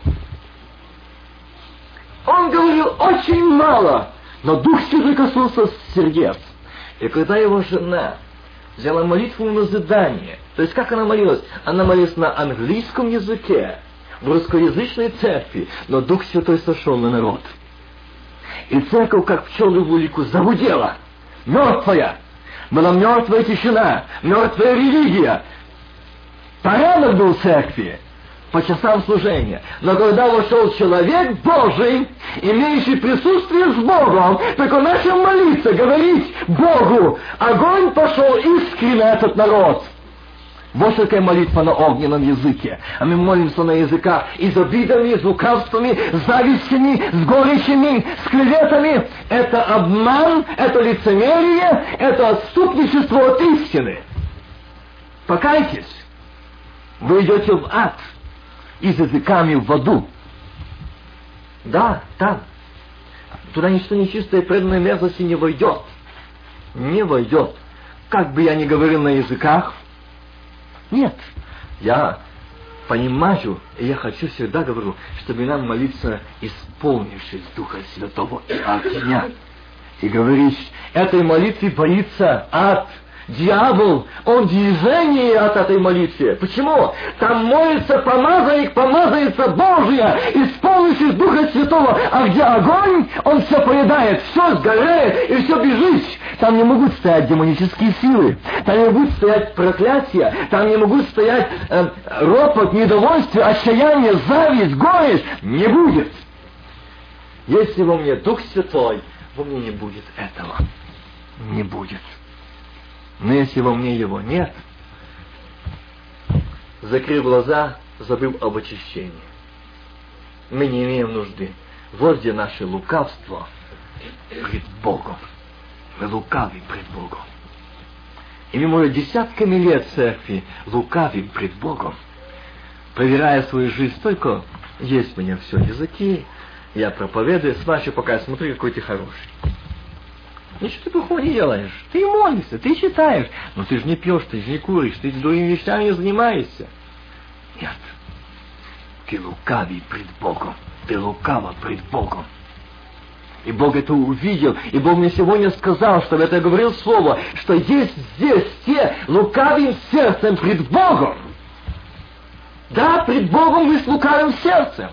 Он говорил очень мало, но Дух Святой коснулся сердец. И когда его жена взяла молитву на назидание, то есть как она молилась? Она молилась на английском языке, в русскоязычной церкви, но Дух Святой сошел на народ. И церковь, как пчелы в улику, загудела. Мертвая. Была мертвая тишина, мертвая религия. Порядок был в церкви по часам служения. Но когда вошел человек Божий, имеющий присутствие с Богом, так он начал молиться, говорить Богу. Огонь пошел искренне на этот народ. Вот такая молитва на огненном языке. А мы молимся на языках и с обидами, с лукавствами, с завистями, с горечами, с клеветами. Это обман, это лицемерие, это отступничество от истины. Покайтесь. Вы идете в ад и с языками в аду. Да, там. Туда ничто нечистое и преданной мерзости не войдет. Не войдет. Как бы я ни говорил на языках, нет, я понимаю, и я хочу всегда говорю, чтобы нам молиться, исполнившись Духа Святого и огня. И говоришь, этой молитве боится ад. Дьявол, он движение от этой молитвы. Почему? Там молится помазанник, помазанница Божия, исполнившись Духа Святого. А где огонь, он все поедает, все сгорает и все бежит. Там не могут стоять демонические силы, там не могут стоять проклятия, там не могут стоять ропот, недовольствие, отчаяние, зависть, горечь. Не будет. Если во мне Дух Святой, во мне не будет этого. Не будет. Но если во мне его нет, закрыв глаза, забыл об очищении. Мы не имеем нужды. Вот где наше лукавство пред Богом. Мы лукавим пред Богом. И мы, может, десятками лет в церкви лукавим пред Богом, проверяя свою жизнь. Только есть у меня все языки, я проповедую, смотрю, пока я смотрю, какой ты хороший. Ничего ты плохого не делаешь. Ты молишься, ты читаешь. Но ты же не пьешь, ты же не куришь, ты другими вещами не занимаешься. Нет. Ты лукавый пред Богом. Ты лукава пред Богом. И Бог это увидел. И Бог мне сегодня сказал, чтобы это говорил слово, что есть здесь те лукавым сердцем пред Богом. Да, пред Богом мы с лукавым сердцем.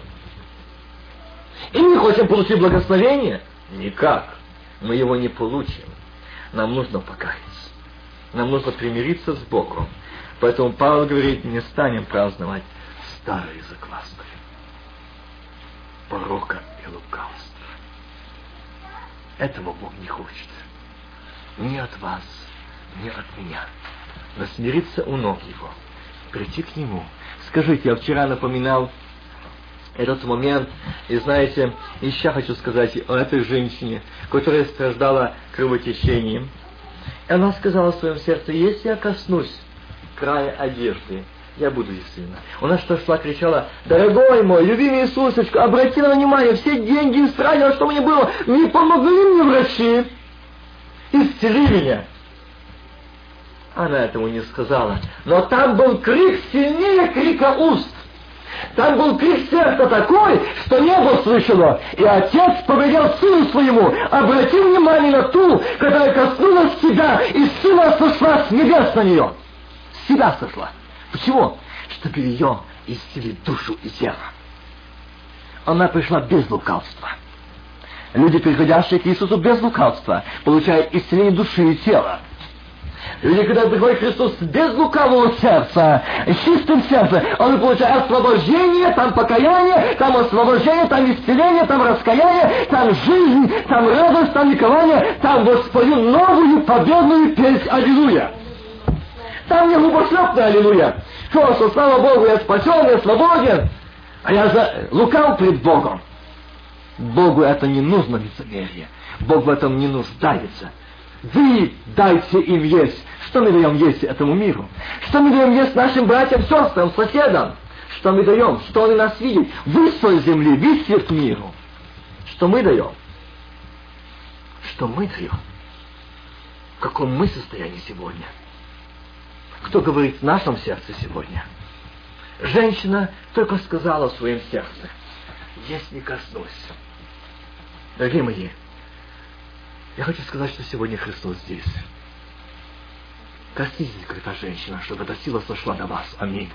И мы хотим получить благословение? Никак. Мы его не получим. Нам нужно покаяться. Нам нужно примириться с Богом. Поэтому Павел говорит, не станем праздновать старые закваски порока и лукавства. Этого Бог не хочет. Ни от вас, ни от меня. Но смириться у ног Его. Прийти к Нему. Скажите, я вчера напоминал этот момент, и знаете, еще хочу сказать о этой женщине, которая страждала кровотечением. И она сказала в своем сердце, если я коснусь края одежды, я буду исцелена. Она что шла, кричала, дорогой мой, любимый Иисусочка, обрати на внимание, все деньги истратила, что мне было, не помогли мне врачи, исцели меня. Она этому не сказала, но там был крик сильнее крика уст. Там был крик сердца такой, что небо слышало. И отец повелел сыну своему, обрати внимание на ту, которая коснулась себя, и сила сошла с небес на нее. С себя сошла. Почему? Чтобы ее исцелить душу и тело. Она пришла без лукавства. Люди, приходящие к Иисусу без лукавства, получают исцеление души и тела. Люди, когда приходит Христос без лукавого сердца, с чистым сердцем, он получает освобождение, там покаяние, там освобождение, там исцеление, там раскаяние, там жизнь, там радость, там ликование, там воспою новую победную песнь «Аллилуйя». Там не глубошлепная «Аллилуйя». Что слава Богу, я спасен, я свободен, а я лукав пред Богом. Богу это не нужно лицемерие. Бог в этом не нуждается. Вы дайте им есть. Что мы даем есть этому миру? Что мы даем есть нашим братьям, сестрам, соседям? Что мы даем? Что они нас видят? Вы соль земли, вы свет миру. Что мы даем? Что мы даем? В каком мы состоянии сегодня? Кто говорит в нашем сердце сегодня? Женщина только сказала в своем сердце, если коснусь. Дорогие мои, я хочу сказать, что сегодня Христос здесь. Коснитесь, как эта женщина, чтобы эта сила сошла до вас. Аминь.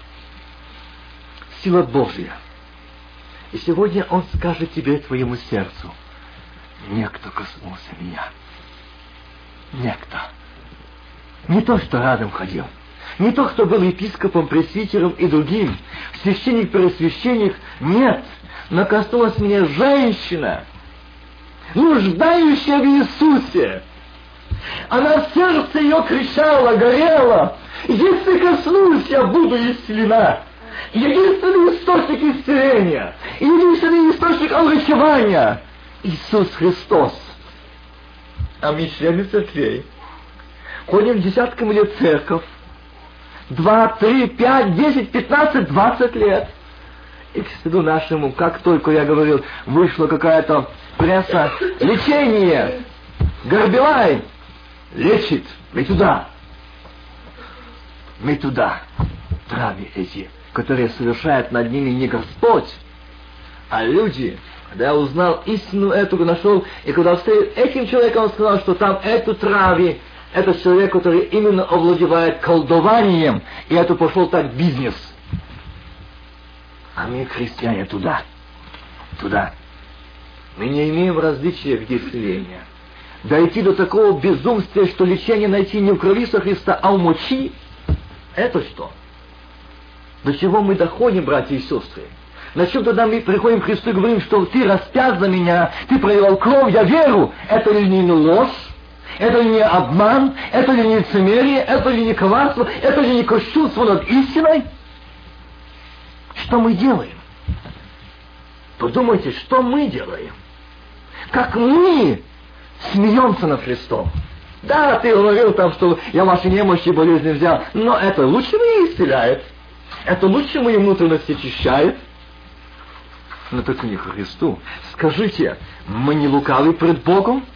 Сила Божья. И сегодня Он скажет тебе, твоему сердцу, некто коснулся меня. Некто. Не то, что рядом ходил. Не то, кто был епископом, пресвитером и другим. Священник, пресвященник. Нет. Но коснулась меня женщина, нуждающая в Иисусе. Она в сердце ее кричала, горела. Если коснусь, я буду исцелена. Единственный источник исцеления, единственный источник обращения — Иисус Христос. А мы члены церквей. Ходим десятками лет в церковь. 2, 3, 5, 10, 15, 20 лет. И к стыду нашему, как только я говорил, вышла какая-то пресса, лечение, Горбилай лечит, мы туда, травы эти которые совершает над ними не Господь, а люди. Когда я узнал истину эту, нашел, и когда встретил этим человеком, он сказал, что там эту траве, это человек, который именно овладевает колдованием, и это пошел так бизнес. А мы, христиане, туда. Мы не имеем различия, где исцеление. Дойти до такого безумства, что лечение найти не в крови со Христа, а в мочи, это что? До чего мы доходим, братья и сестры? На чем тогда мы приходим к Христу и говорим, что ты распят за меня, ты проливал кровь, я веру. Это ли не ложь? Это ли не обман? Это ли не лицемерие? Это ли не коварство? Это ли не кощунство над истиной? Что мы делаем? Подумайте, что мы делаем? Как мы смеемся над Христом. Да, ты говорил там, что я ваши немощи и болезни взял, но это лучше меня исцеляет. Это лучше мои внутренности очищает. Но только не Христу. Скажите, мы не лукавы пред Богом?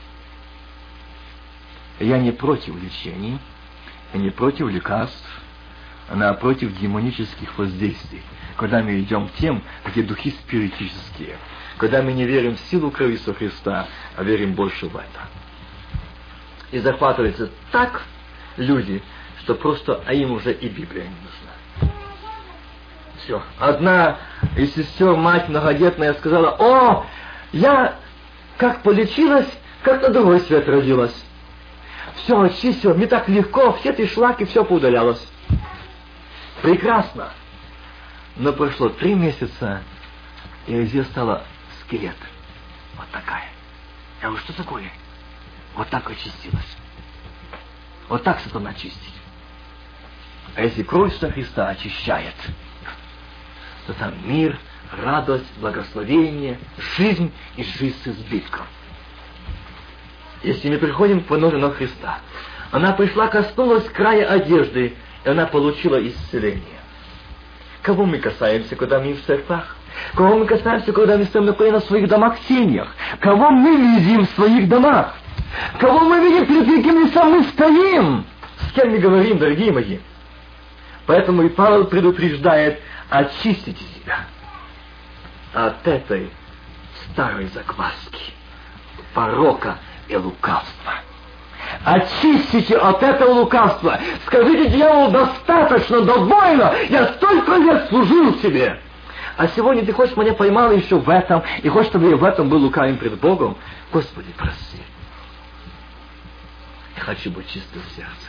Я не против лечения, я не против лекарств, а напротив демонических воздействий, когда мы идем тем, где духи спиритические, когда мы не верим в силу крови со Христа, а верим больше в это. И захватываются так люди, что просто, а им уже и Библия не нужна. Все. Одна из сестер, мать многодетная, сказала: «О, я как полечилась, как на другой свет родилась. Все очистила, мне так легко, все эти шлаки, все поудалялось». Прекрасно. Но прошло 3 месяца, и везде стала скелет. Вот такая. Я говорю: что такое? Вот так очистилась. Вот так сатана чистит. А если кровь со Христа очищает, то там мир, радость, благословение, жизнь и жизнь с избытком. Если мы приходим к ногам Христа, она пришла, коснулась края одежды, и она получила исцеление. Кого мы касаемся, когда мы в церквах? Кого мы касаемся, когда мы стоим на коленях в своих домах, в семьях? Кого мы видим в своих домах? Кого мы видим, перед каким лицом мы стоим? С кем мы говорим, дорогие мои? Поэтому и Павел предупреждает: очистите себя от этой старой закваски, порока и лукавства. Очистите от этого лукавства. Скажите дьяволу: достаточно, довольно, я столько лет служил себе. А сегодня ты хочешь, меня поймал еще в этом, и хочешь, чтобы я в этом был лукавым пред Богом? Господи, прости. Я хочу быть чистым в сердце.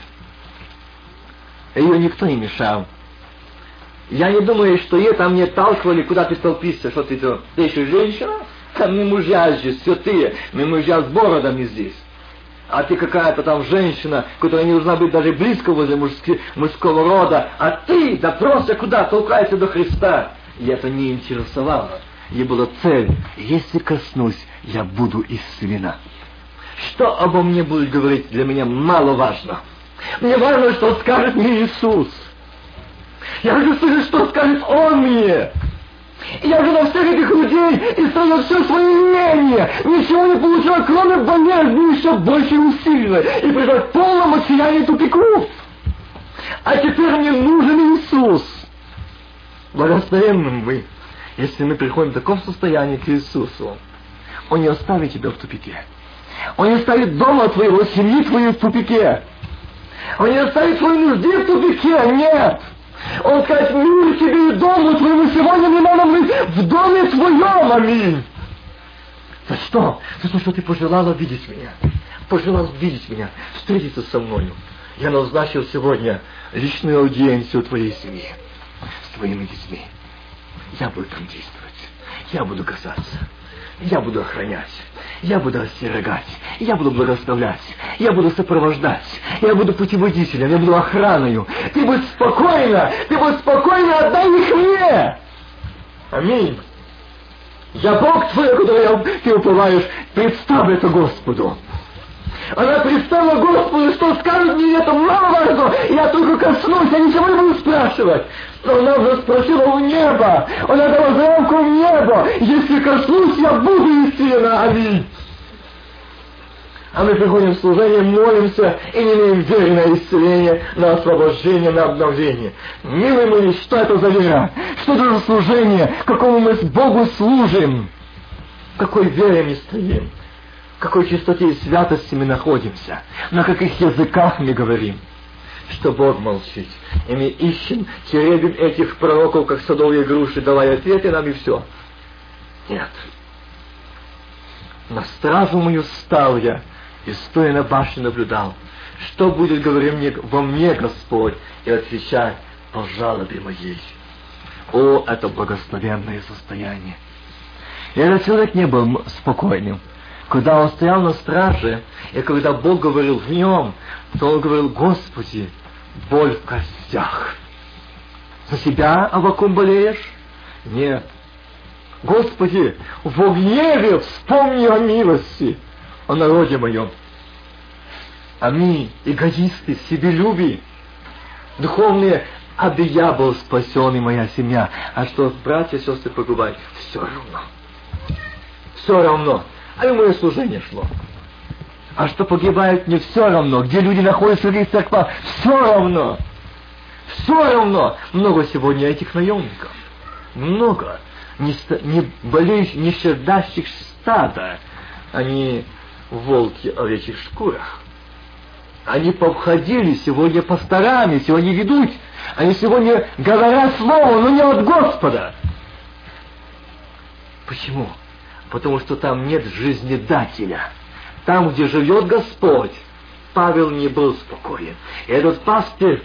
Ее никто не мешал. Я не думаю, что ей там не толкали, куда ты столпишься, что ты еще женщина? Там мы мужья здесь, святые, мы мужья с бородами здесь. А ты какая-то там женщина, которая не должна быть даже близко возле мужского рода, а ты, да просто куда, толкайся до Христа. И это не интересовало. Ей была цель: если коснусь, я буду исцелена. Что обо мне будет говорить, для меня мало важно. Мне важно, что скажет мне Иисус. Я хочу слышать, что скажет Он мне. Я же на всех этих людей истратил все свое имение, ничего не получил, кроме болезни, еще больше усилила, и пришла к полному отчаянию тупику. А теперь мне нужен Иисус. Благословенным вы, если мы приходим в таком состоянии к Иисусу. Он не оставит тебя в тупике. Он не оставит дома твоего, семьи твоей в тупике. Он не оставит твоей нужды в тупике, нет. Он скажет: мир тебе и дому твоему, сегодня мне надо быть в доме твоем, аминь. За что? За то, что ты пожелала видеть меня. Пожелал видеть меня, встретиться со мною. Я назначил сегодня личную аудиенцию твоей семьи, с твоими детьми. Я буду там действовать. Я буду касаться. Я буду охранять. Я буду остерегать. Я буду благословлять. Я буду сопровождать. Я буду путеводителем. Я буду охраною. Ты будь спокойна. Ты будь спокойна, отдай их мне. Аминь. Я Бог твой, который ты уповаешь. Представь это Господу. Она представила Господу, что скажет мне, это мало важно. Я только коснусь, я ничего не буду спрашивать. Но она уже спросила у неба. Она дала заявку в небо: если коснусь, я буду исцелена. Аминь. А мы приходим в служение, молимся и не имеем веры на исцеление, на освобождение, на обновление. Милые мои, что это за вера? Что это за служение? Какому мы Богу служим? В какой вере мы стоим? В какой чистоте и святости мы находимся? На каких языках мы говорим? Что Бог молчит. И мы ищем, теребим этих пророков, как садовые груши, давая ответы нам и все. Нет. На стражу мою стал я, и стоя на башне наблюдал, что будет, говорить во мне Господь, и отвечать по жалобе моей. О, это благословенное состояние! И этот человек не был спокойным. Когда он стоял на страже, и когда Бог говорил в нем, то он говорил: Господи, боль в костях. За себя, Аввакум, болеешь? Нет. Господи, во гневе вспомни о милости, о народе моем. А мы, эгоисты, себелюбие, духовные, aby я был спасен и моя семья. А что братья и сестры погибают? Все равно. Все равно. А ему и служение шло. А что погибают, не все равно. Где люди находятся в этих церквах, все равно. Все равно. Много сегодня этих наемников. Много. Не болеющих, не щердащих стада. Они волки в овечьих шкурах. Они повходили сегодня пасторами, сегодня ведут. Они сегодня говорят слово, но не от Господа. Почему? Потому что там нет жизнедателя. Там, где живет Господь, Павел не был спокоен. И этот пастырь,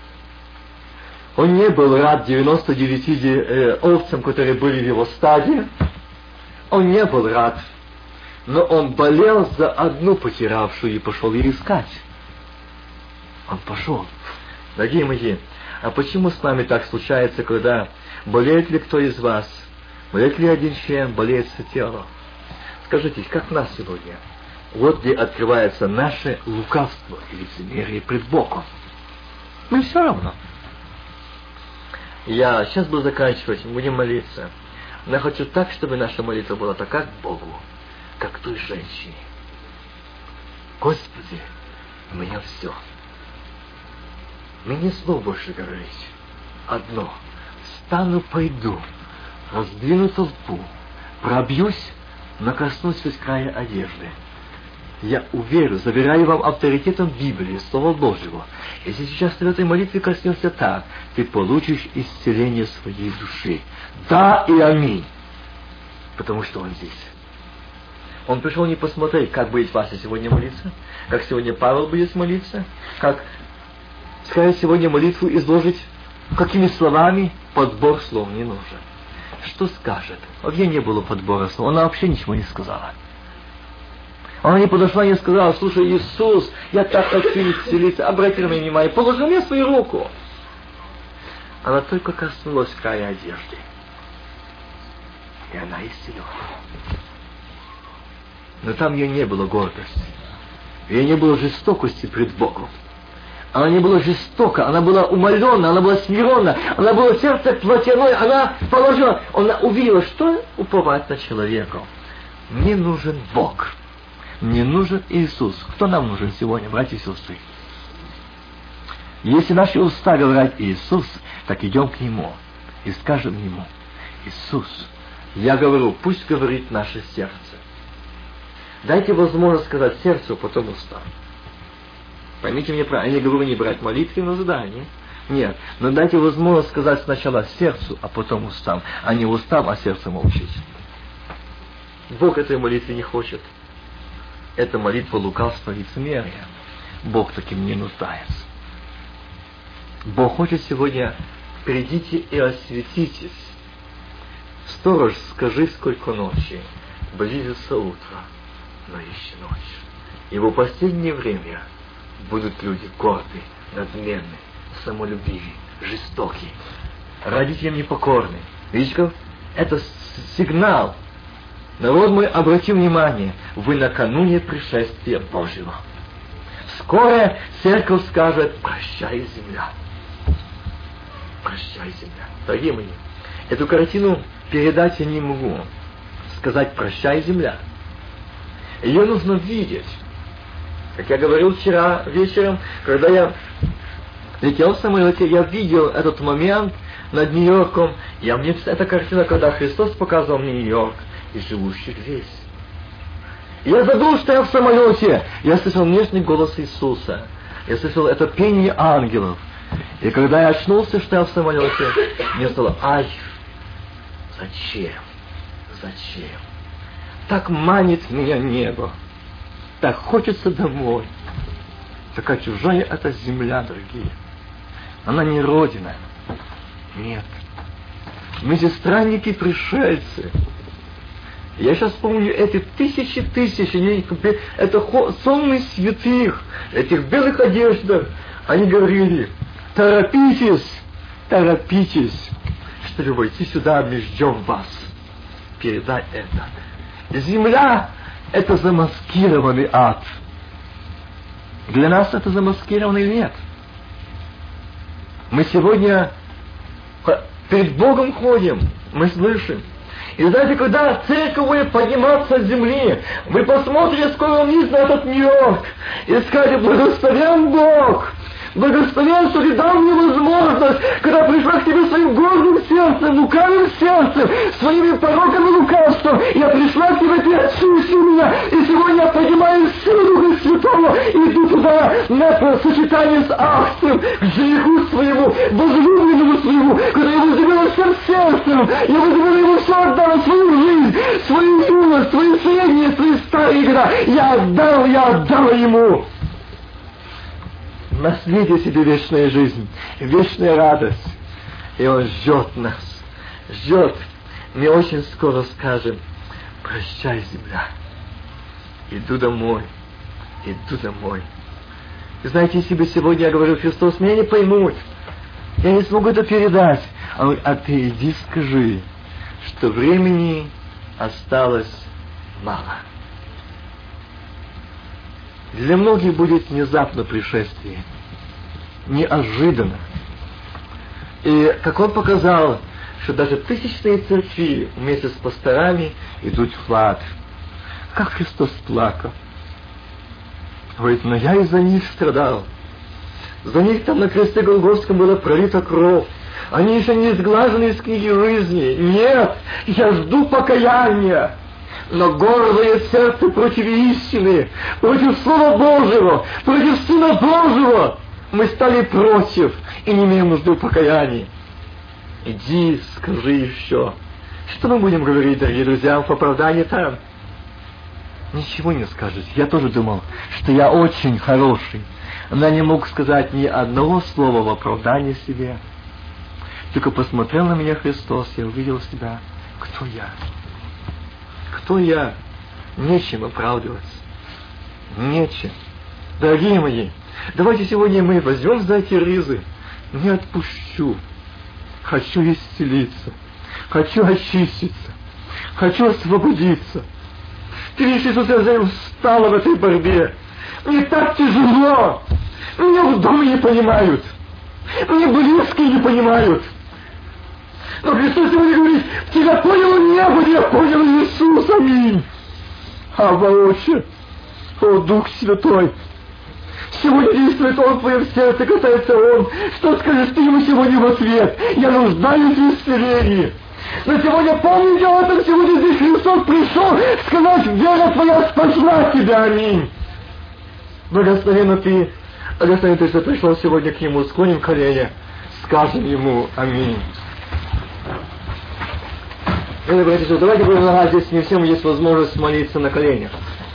он не был рад 99 овцам, которые были в его стаде. Он не был рад. Но он болел за одну потерявшую и пошел ее искать. Он пошел. Дорогие мои, а почему с нами так случается, когда болеет ли кто из вас? Болеет ли один член, болеет все тело? Скажите, как нас сегодня? Вот где открывается наше лукавство и лицемерие пред Богом. Мы все равно. Я сейчас буду заканчивать, будем молиться. Но я хочу так, чтобы наша молитва была такая к Богу, как к той женщине. Господи, у меня все. Мне не слов больше говорить. Одно. Встану, пойду, раздвину толпу, пробьюсь, но коснусь хоть края одежды. Я уверен, заверяю вам авторитетом Библии, Слова Божьего. Если сейчас ты в этой молитве коснешься так, ты получишь исцеление своей души. Да и аминь. Потому что Он здесь. Он пришел не посмотреть, как будет Вася сегодня молиться, как сегодня Павел будет молиться, как сказать сегодня молитву изложить, какими словами. Подбор слов не нужен. Что скажет? Вот ей не было подбора слов, она вообще ничего не сказала. Она не подошла и не сказала: слушай, Иисус, я так хочу исцелиться, обрати на меня внимание, положи мне свою руку. Она только коснулась края одежды. И она исцелена. Но там ее не было гордости. Ее не было жестокости пред Богом. Она не была жестока, она была умолена, она была смиренна, она была сердце плотяное, она положила, она увидела, что уповать на человека. Мне нужен Бог. Мне нужен Иисус. Кто нам нужен сегодня, братья и сестры? Если наши уста говорят Иисус, так идем к Нему и скажем Ему: Иисус, я говорю, пусть говорит наше сердце. Дайте возможность сказать сердцу, потом устам. Поймите меня правильно, я не говорю не брать молитвы на задание. Нет, но дайте возможность сказать сначала сердцу, а потом устам. А не устам, а сердце молчить. Бог этой молитвы не хочет. Это молитва лукавства и лицемерия. Бог таким не нуждается. Бог хочет сегодня: придите и осветитесь. Сторож, скажи, сколько ночи. Близится утро, но еще ночь. И в последнее время будут люди гордые, надменные, самолюбивые, жестокие, родителям непокорные. Видите, как? Это сигнал. Народ мой, обрати внимание, вы накануне пришествия Божьего. Скоро церковь скажет: прощай, земля. Прощай, земля. Дорогие мои, эту картину передать я не могу. Сказать: прощай, земля. Ее нужно видеть. Как я говорил вчера вечером, когда я летел в самолете, я видел этот момент над Нью-Йорком. Мне эта картина, когда Христос показывал мне Нью-Йорк и живущих здесь. Я забыл, что я в самолете. Я слышал нежный голос Иисуса. Я слышал это пение ангелов. И когда я очнулся, что я в самолете, мне стало, зачем? Так манит меня небо. Так хочется домой. Такая чужая эта земля, дорогие. Она не родина. Нет. Мы здесь странники-пришельцы. Я сейчас помню эти тысячи, это сонмы святых, этих белых одеждах. Они говорили, торопитесь, чтобы войти сюда, мы ждем вас. Передай это. Земля — это замаскированный ад. Для нас это замаскированный или нет? Мы сегодня перед Богом ходим, мы слышим. И знаете, когда церковь будет подниматься с земли, вы посмотрите скоро вниз на этот Нью-Йорк и скажете, благословен Бог, благословен, что ты дал мне возможность, когда пришла к тебе своим гордым сердцем, лукавым сердцем, своими пороками лукавством, я пришла к тебе, ты очисти меня, и сегодня я поднимаю силу Духа Святого, и иду туда на сочетание с Ахтем, к жениху своему, возлюбленному своему, когда я возлюбила всем сердцем, я возлюбила ему все, отдала свою жизнь, свою юность, свои средние, свои старые года, я отдала ему. Наследие себе вечная жизнь, вечная радость. И Он ждет нас, ждет. Мы очень скоро скажем, прощай, земля. Иду домой. И знаете, если бы сегодня я говорил, Христос, меня не поймут, я не смогу это передать. Он говорит, а ты иди скажи, что времени осталось мало. Для многих будет внезапно пришествие, неожиданно. И как Он показал, что даже тысячные церкви вместе с пасторами идут в ад. Как Христос плакал. Говорит, но я из-за них страдал. За них там на кресте Голгофском была пролита кровь. Они еще не изглажены из книги жизни. Нет, я жду покаяния. Но гордое сердце против истины, против Слова Божьего, против Сына Божьего, мы стали против и не имеем нужды в покаянии. Иди, скажи еще. Что мы будем говорить, дорогие друзья, в оправдании там? Ничего не скажете. Я тоже думал, что я очень хороший, но не мог сказать ни одного слова в оправдании себе. Только посмотрел на меня Христос, я увидел себя. Кто я? Кто я? Нечем оправдываться. Нечем. Дорогие мои, давайте сегодня мы возьмем за эти ризы. Не отпущу. Хочу исцелиться. Хочу очиститься. Хочу освободиться. Ты видишь, Иисус, я устала в этой борьбе. Мне так тяжело. Меня в доме не понимают. Мне близкие не понимают. Но Христос сегодня говорит, тебя понял небо, я понял Иисус, аминь. Отче, о Дух Святой, сегодня действует Он в твоем сердце, касается Он. Что скажешь ты Ему сегодня в ответ? Я нуждаюсь в исцелении. Но сегодня помните об этом, сегодня здесь Христос пришел сказать, вера твоя спасла тебя, аминь. Благословен ты, что пришел сегодня к Нему, склоним колени, скажем Ему аминь. Давайте будем нагадать, здесь не всем есть возможность молиться на коленях.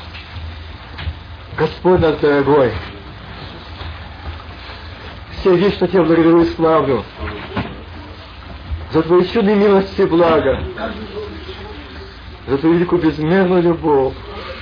Господь наш дорогой, сердечно Тебя благодарю и славлю за Твою чудную милость и благо, за Твою великую безмерную любовь.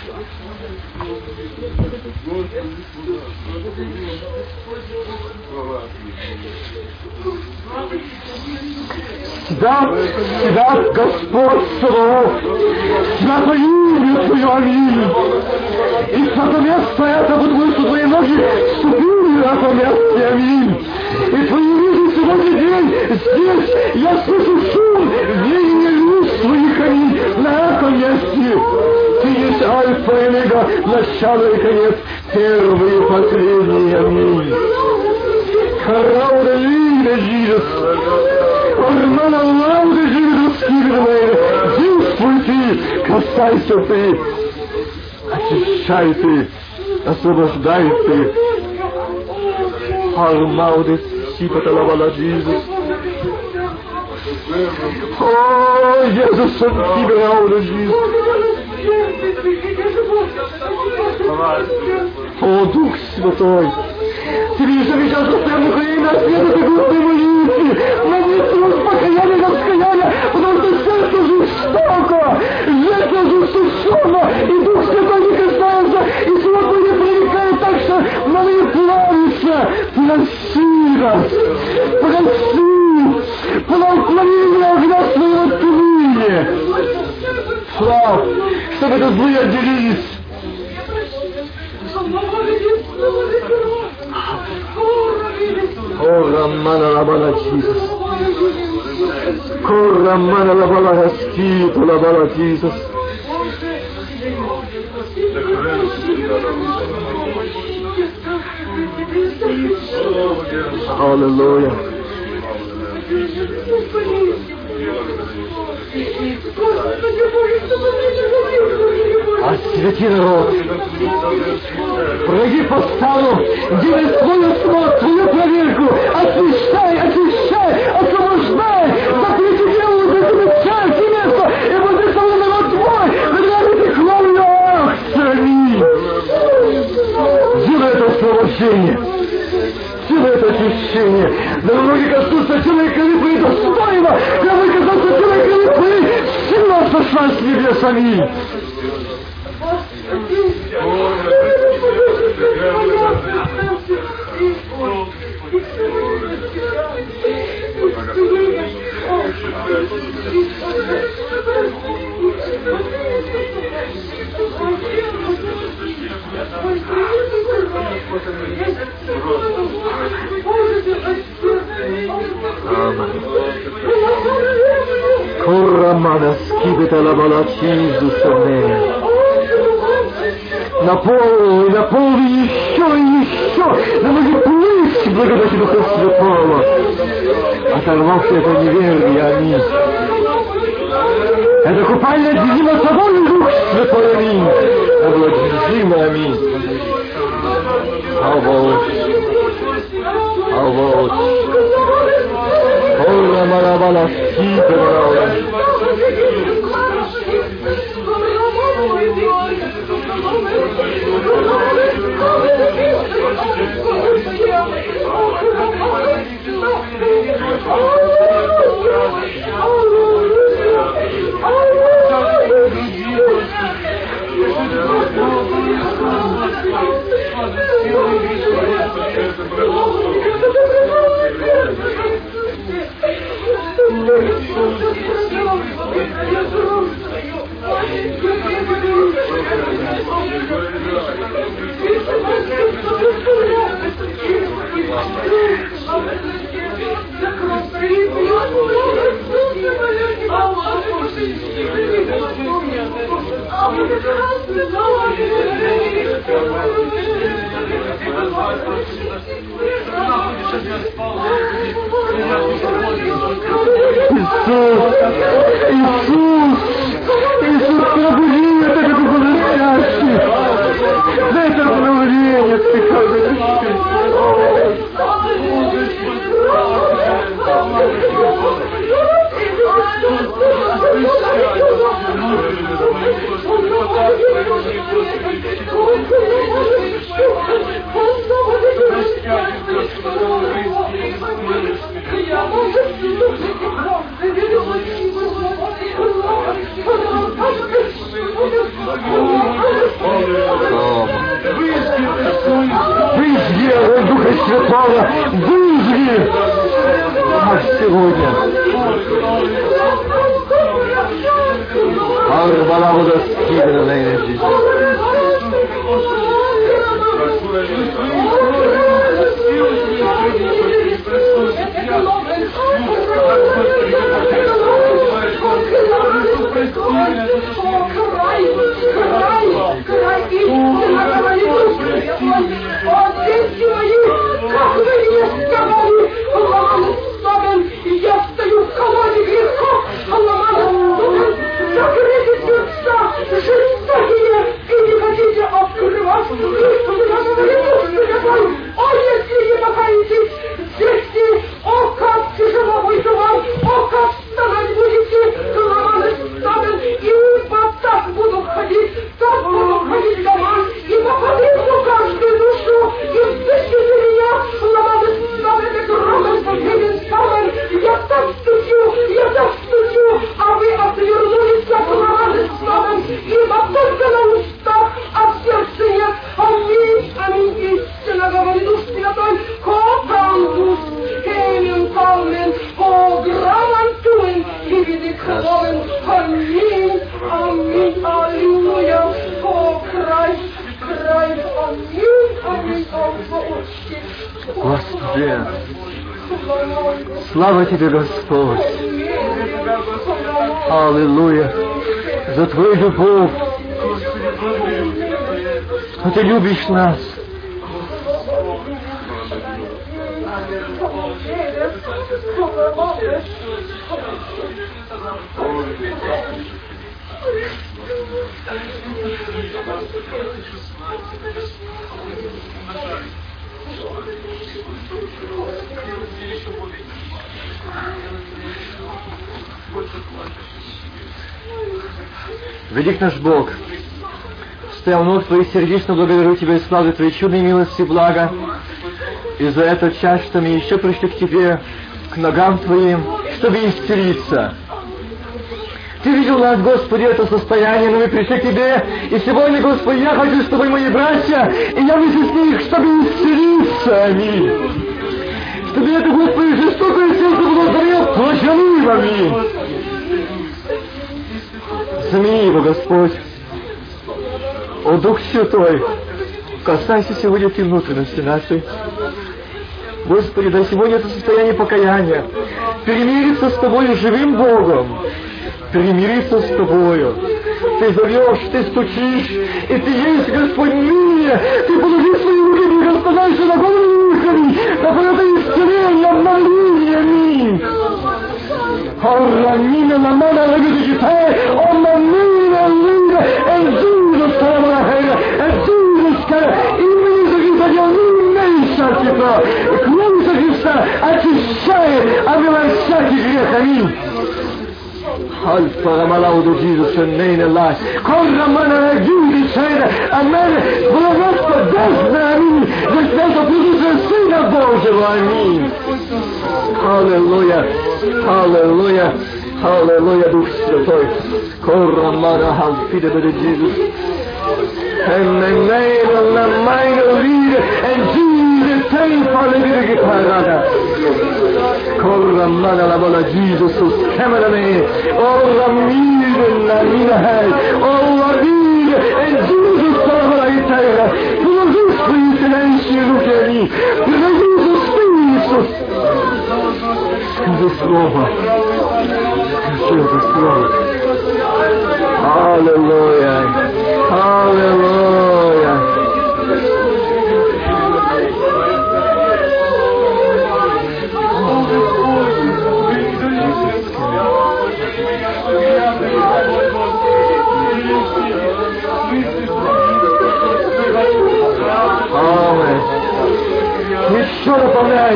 Тебя, Господь Саваоф, свято имя Твое, аминь. И свято место это будет, что Твои ноги ступили на это место, аминь. И Твои виды сегодня день здесь, я слышу шум, веяние лиц Твоих, аминь, на этом месте. Ты есть Альфа и Омега, начало и конец. Первые и последние, аминь. Карауда лида, Jesus. Ормана лауда, Jesus, скидывай. Действуй ты, касайся ты. Очищай ты, освобождай ты. Армауды, сипаталавала, Jesus. О, Иисус, сибирауда, Jesus. О, Дух Святой, ты видишь, что сейчас постоянно ходили на свет, ты глупые молитвы, молитвы, покаяние, раскаяние, потому что сердце жестоко, жертва жесточена, и Дух Святой не касается, и Слово не привлекает так, что на ней плавится. Проси нас, проси, благослови огня своего творения. Слав, чтобы это злые отделились. Рамана лабала Jesus. Рамана лабала Хаскит, лабала Jesus. Аллилуйя. Освети народ. Пройди по стану, делай свой осмотр, свою проверку. Освещай, очищай, освобождай. Закрыти делу, замечай все место. И благослови народ твой. Наградите кровью, ах, сами. Делай это освобождение. Делай это очищение. Да ноги коснутся телой клипы и достойно. Я выкасался телой клипы. Сила сошла с небес, аминь. Курамана скибета лабала Иисуса нами. Наполни еще и еще. Нам нужно плыть в благодати Духа Святого. Оторвался это неверие, аминь. Это купальня движима собой, Дух Святой, аминь. Это было движимо, аминь. Алвоч. Ора марабала скипа марабала. Иисус, пробуди это, как уходящий. Дай это обновление, Вызови огонь Духа Святого! Вызови! Аж сегодня! Арбала вода скидана на энергию. Господи, слава Тебе, Господь! Аллилуйя! За Твою любовь! Что Ты любишь нас! Велик наш Бог, стоя ног Твоих, сердечно благодарю Тебя и славлю Твои чудные милости и блага, и за этот час, что мы еще пришли к Тебе, к ногам Твоим, чтобы исцелиться. Ты видел нас, Господи, это состояние, но мы пришли к Тебе, и сегодня, Господи, я хочу с Тобой, мои братья, и я вместе с них, чтобы исцелиться, аминь. Чтобы это, Господи, жестокое сердце было зарел плачевым, аминь. Замени его, Господь. О, Дух Святой, касайся сегодня Ты внутренности нашей. Господи, дай сегодня это состояние покаяния, перемириться с Тобою живым Богом, перемириться с Тобою. Ты зовешь, Ты стучишь, и Ты есть, Господь, ныне. Ты положи свои руки, благословляйся на голову Ихами, такое это исцеление, обновление, аминь. Орамина на мана лабидичите, омамина лида, эзузус карамахера, эзузус кара, и мы загибаем меньше Христа, и кровь Христа очищает, обивает всякий грех, аминь. Alfa Ramalaudu Jesus your name in life. Korra mana Gudi China. Amen. Благословен Божий, аминь. Господь Иисуса Сына Божьего, аминь. Аллилуйя. Аллилуйя. Аллилуйя, Дух Святой. Korra mana halfide bede Jesus. And the name of the minor leader and Jesus take for the big parada. Korra mana la bola Jesus kamera me. Oh ramide na mina hai. Oh ramide and Jesus kamera itera. Jesus silêncio no que ali. Jesus Jesus. Jesus louva. Jesus louva. Hallelujah. Hallelujah. Еще наполняй,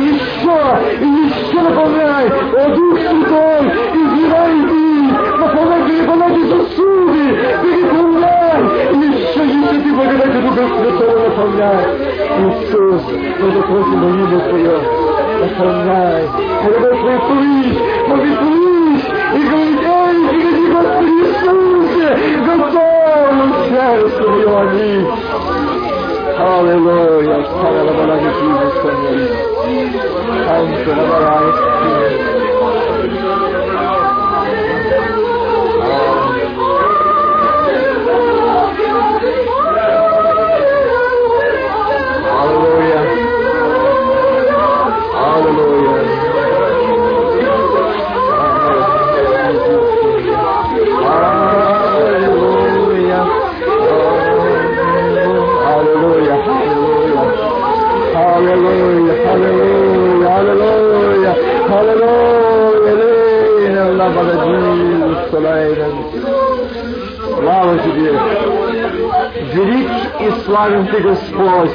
еще наполняй, о Дух Святой, изливай их, наполняй, переполняй сосуды, переполняй, еще ты благодать Духа Святого наполняй. Иисус, мы просим во имя Твое, наполняй, благодать Твою творить, молитвись, и говорить, эй, Господи Иисусе, готовы сердце мое, аминь. Hallelujah. Hallelujah. Jesus Christ. Thank you, Lord. Hallelujah. Hallelujah. Hallelujah, hallelujah, hallelujah, hallelujah, hallelujah, слава Тебе, велик и славен Ты, Господь,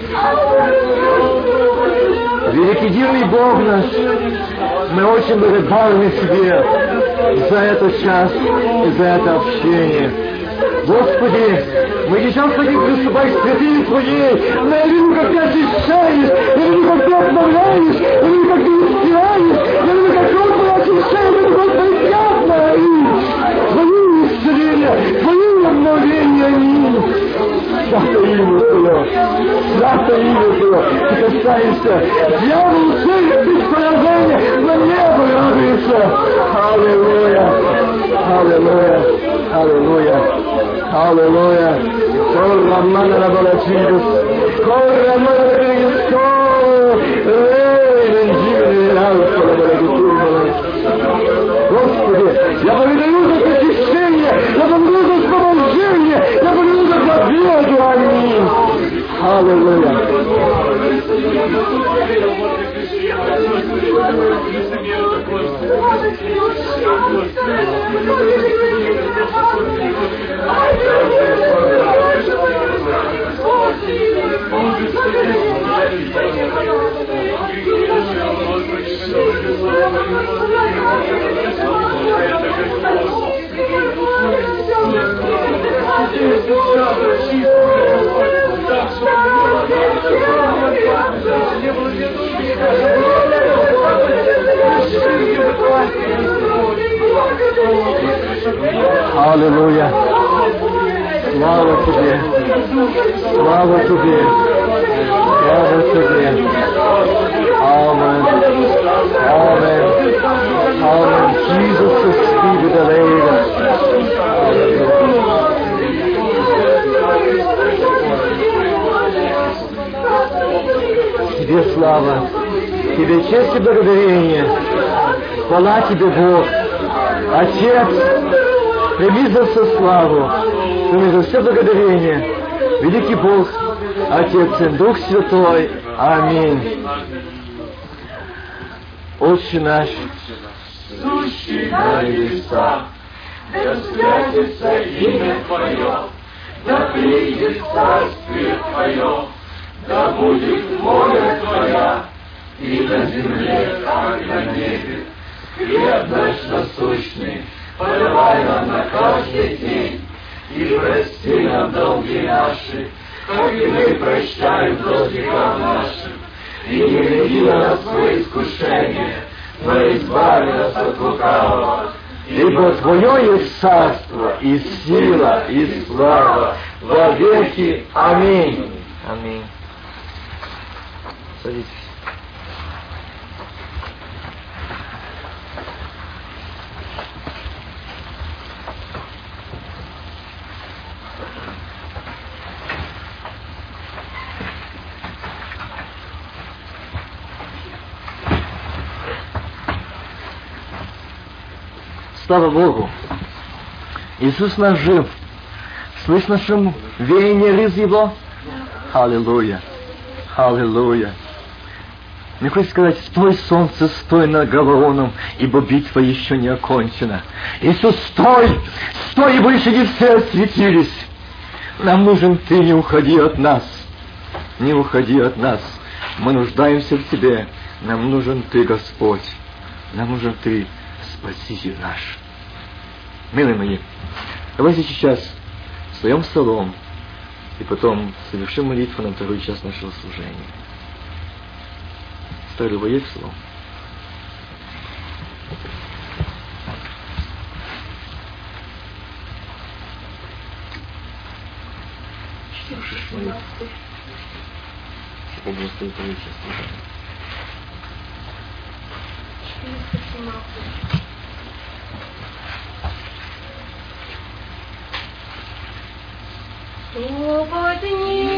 великий Бог наш, мы очень благодарны Тебе за этот час и за это общение. Господи, мы сейчас хотим приступать к святыне Твоей, но я вижу, как Ты очищаешь, я вижу, как Ты обновляешь, я вижу, как Ты исцеляешь, я вижу, как Ты очищаешь, я вижу, как Ты приятно, Твое исцеление, Твое обновление, аминь. Святое имя Твое, святое имя Твое, Ты касаешься, дьявол терпит поражение, но небо радуется. Аллилуйя, аллилуйя, аллилуйя. Hallelujah. Oh, Ramana la bola Jesus. Господи, я благодарю за причащение, я благодарю за освобождение, я благодарю за победу. Аминь. Аллилуйя. Аллилуйя. Слава Тебе. Слава Тебе. Слава Тебе. Amen. Amen. Amen. Jesus is seated at the Тебе слава, Тебе честь и благодарение. Хвала Тебе, Бог. Отец, прими за все славу, прими за все благодарение. Великий Бог, Отец и Дух Святой. Аминь. Отче наш, сущий на небесах, да святится имя Твое, да придет царствие Твое, да будет воля Твоя, и на земле, как и на небе. Хлеб наш насущный подавай нам на каждый день, и прости нам долги наши, как и мы прощаем должникам нашим. И не веди нас в свое искушение, но избави нас от лукавого. Ибо Твое есть царство, и сила, и слава во веки. Аминь. Аминь. Садитесь. Слава Богу! Иисус наш жив. Слышно шум веяния рыз Его? Аллилуйя! Аллилуйя! Мне хочется сказать, стой, солнце, стой над Гаваоном, ибо битва еще не окончена. Иисус, стой! Стой, и больше не все осветились. Нам нужен Ты, не уходи от нас. Не уходи от нас. Мы нуждаемся в Тебе. Нам нужен Ты, Господь. Нам нужен Ты, Спаситель наш. Милые мои, давайте сейчас встаем в столом и потом совершим молитву на второй час нашего служения. Старый воец слово. Слушаешь молитву. Область второй час служения. 417. О, подними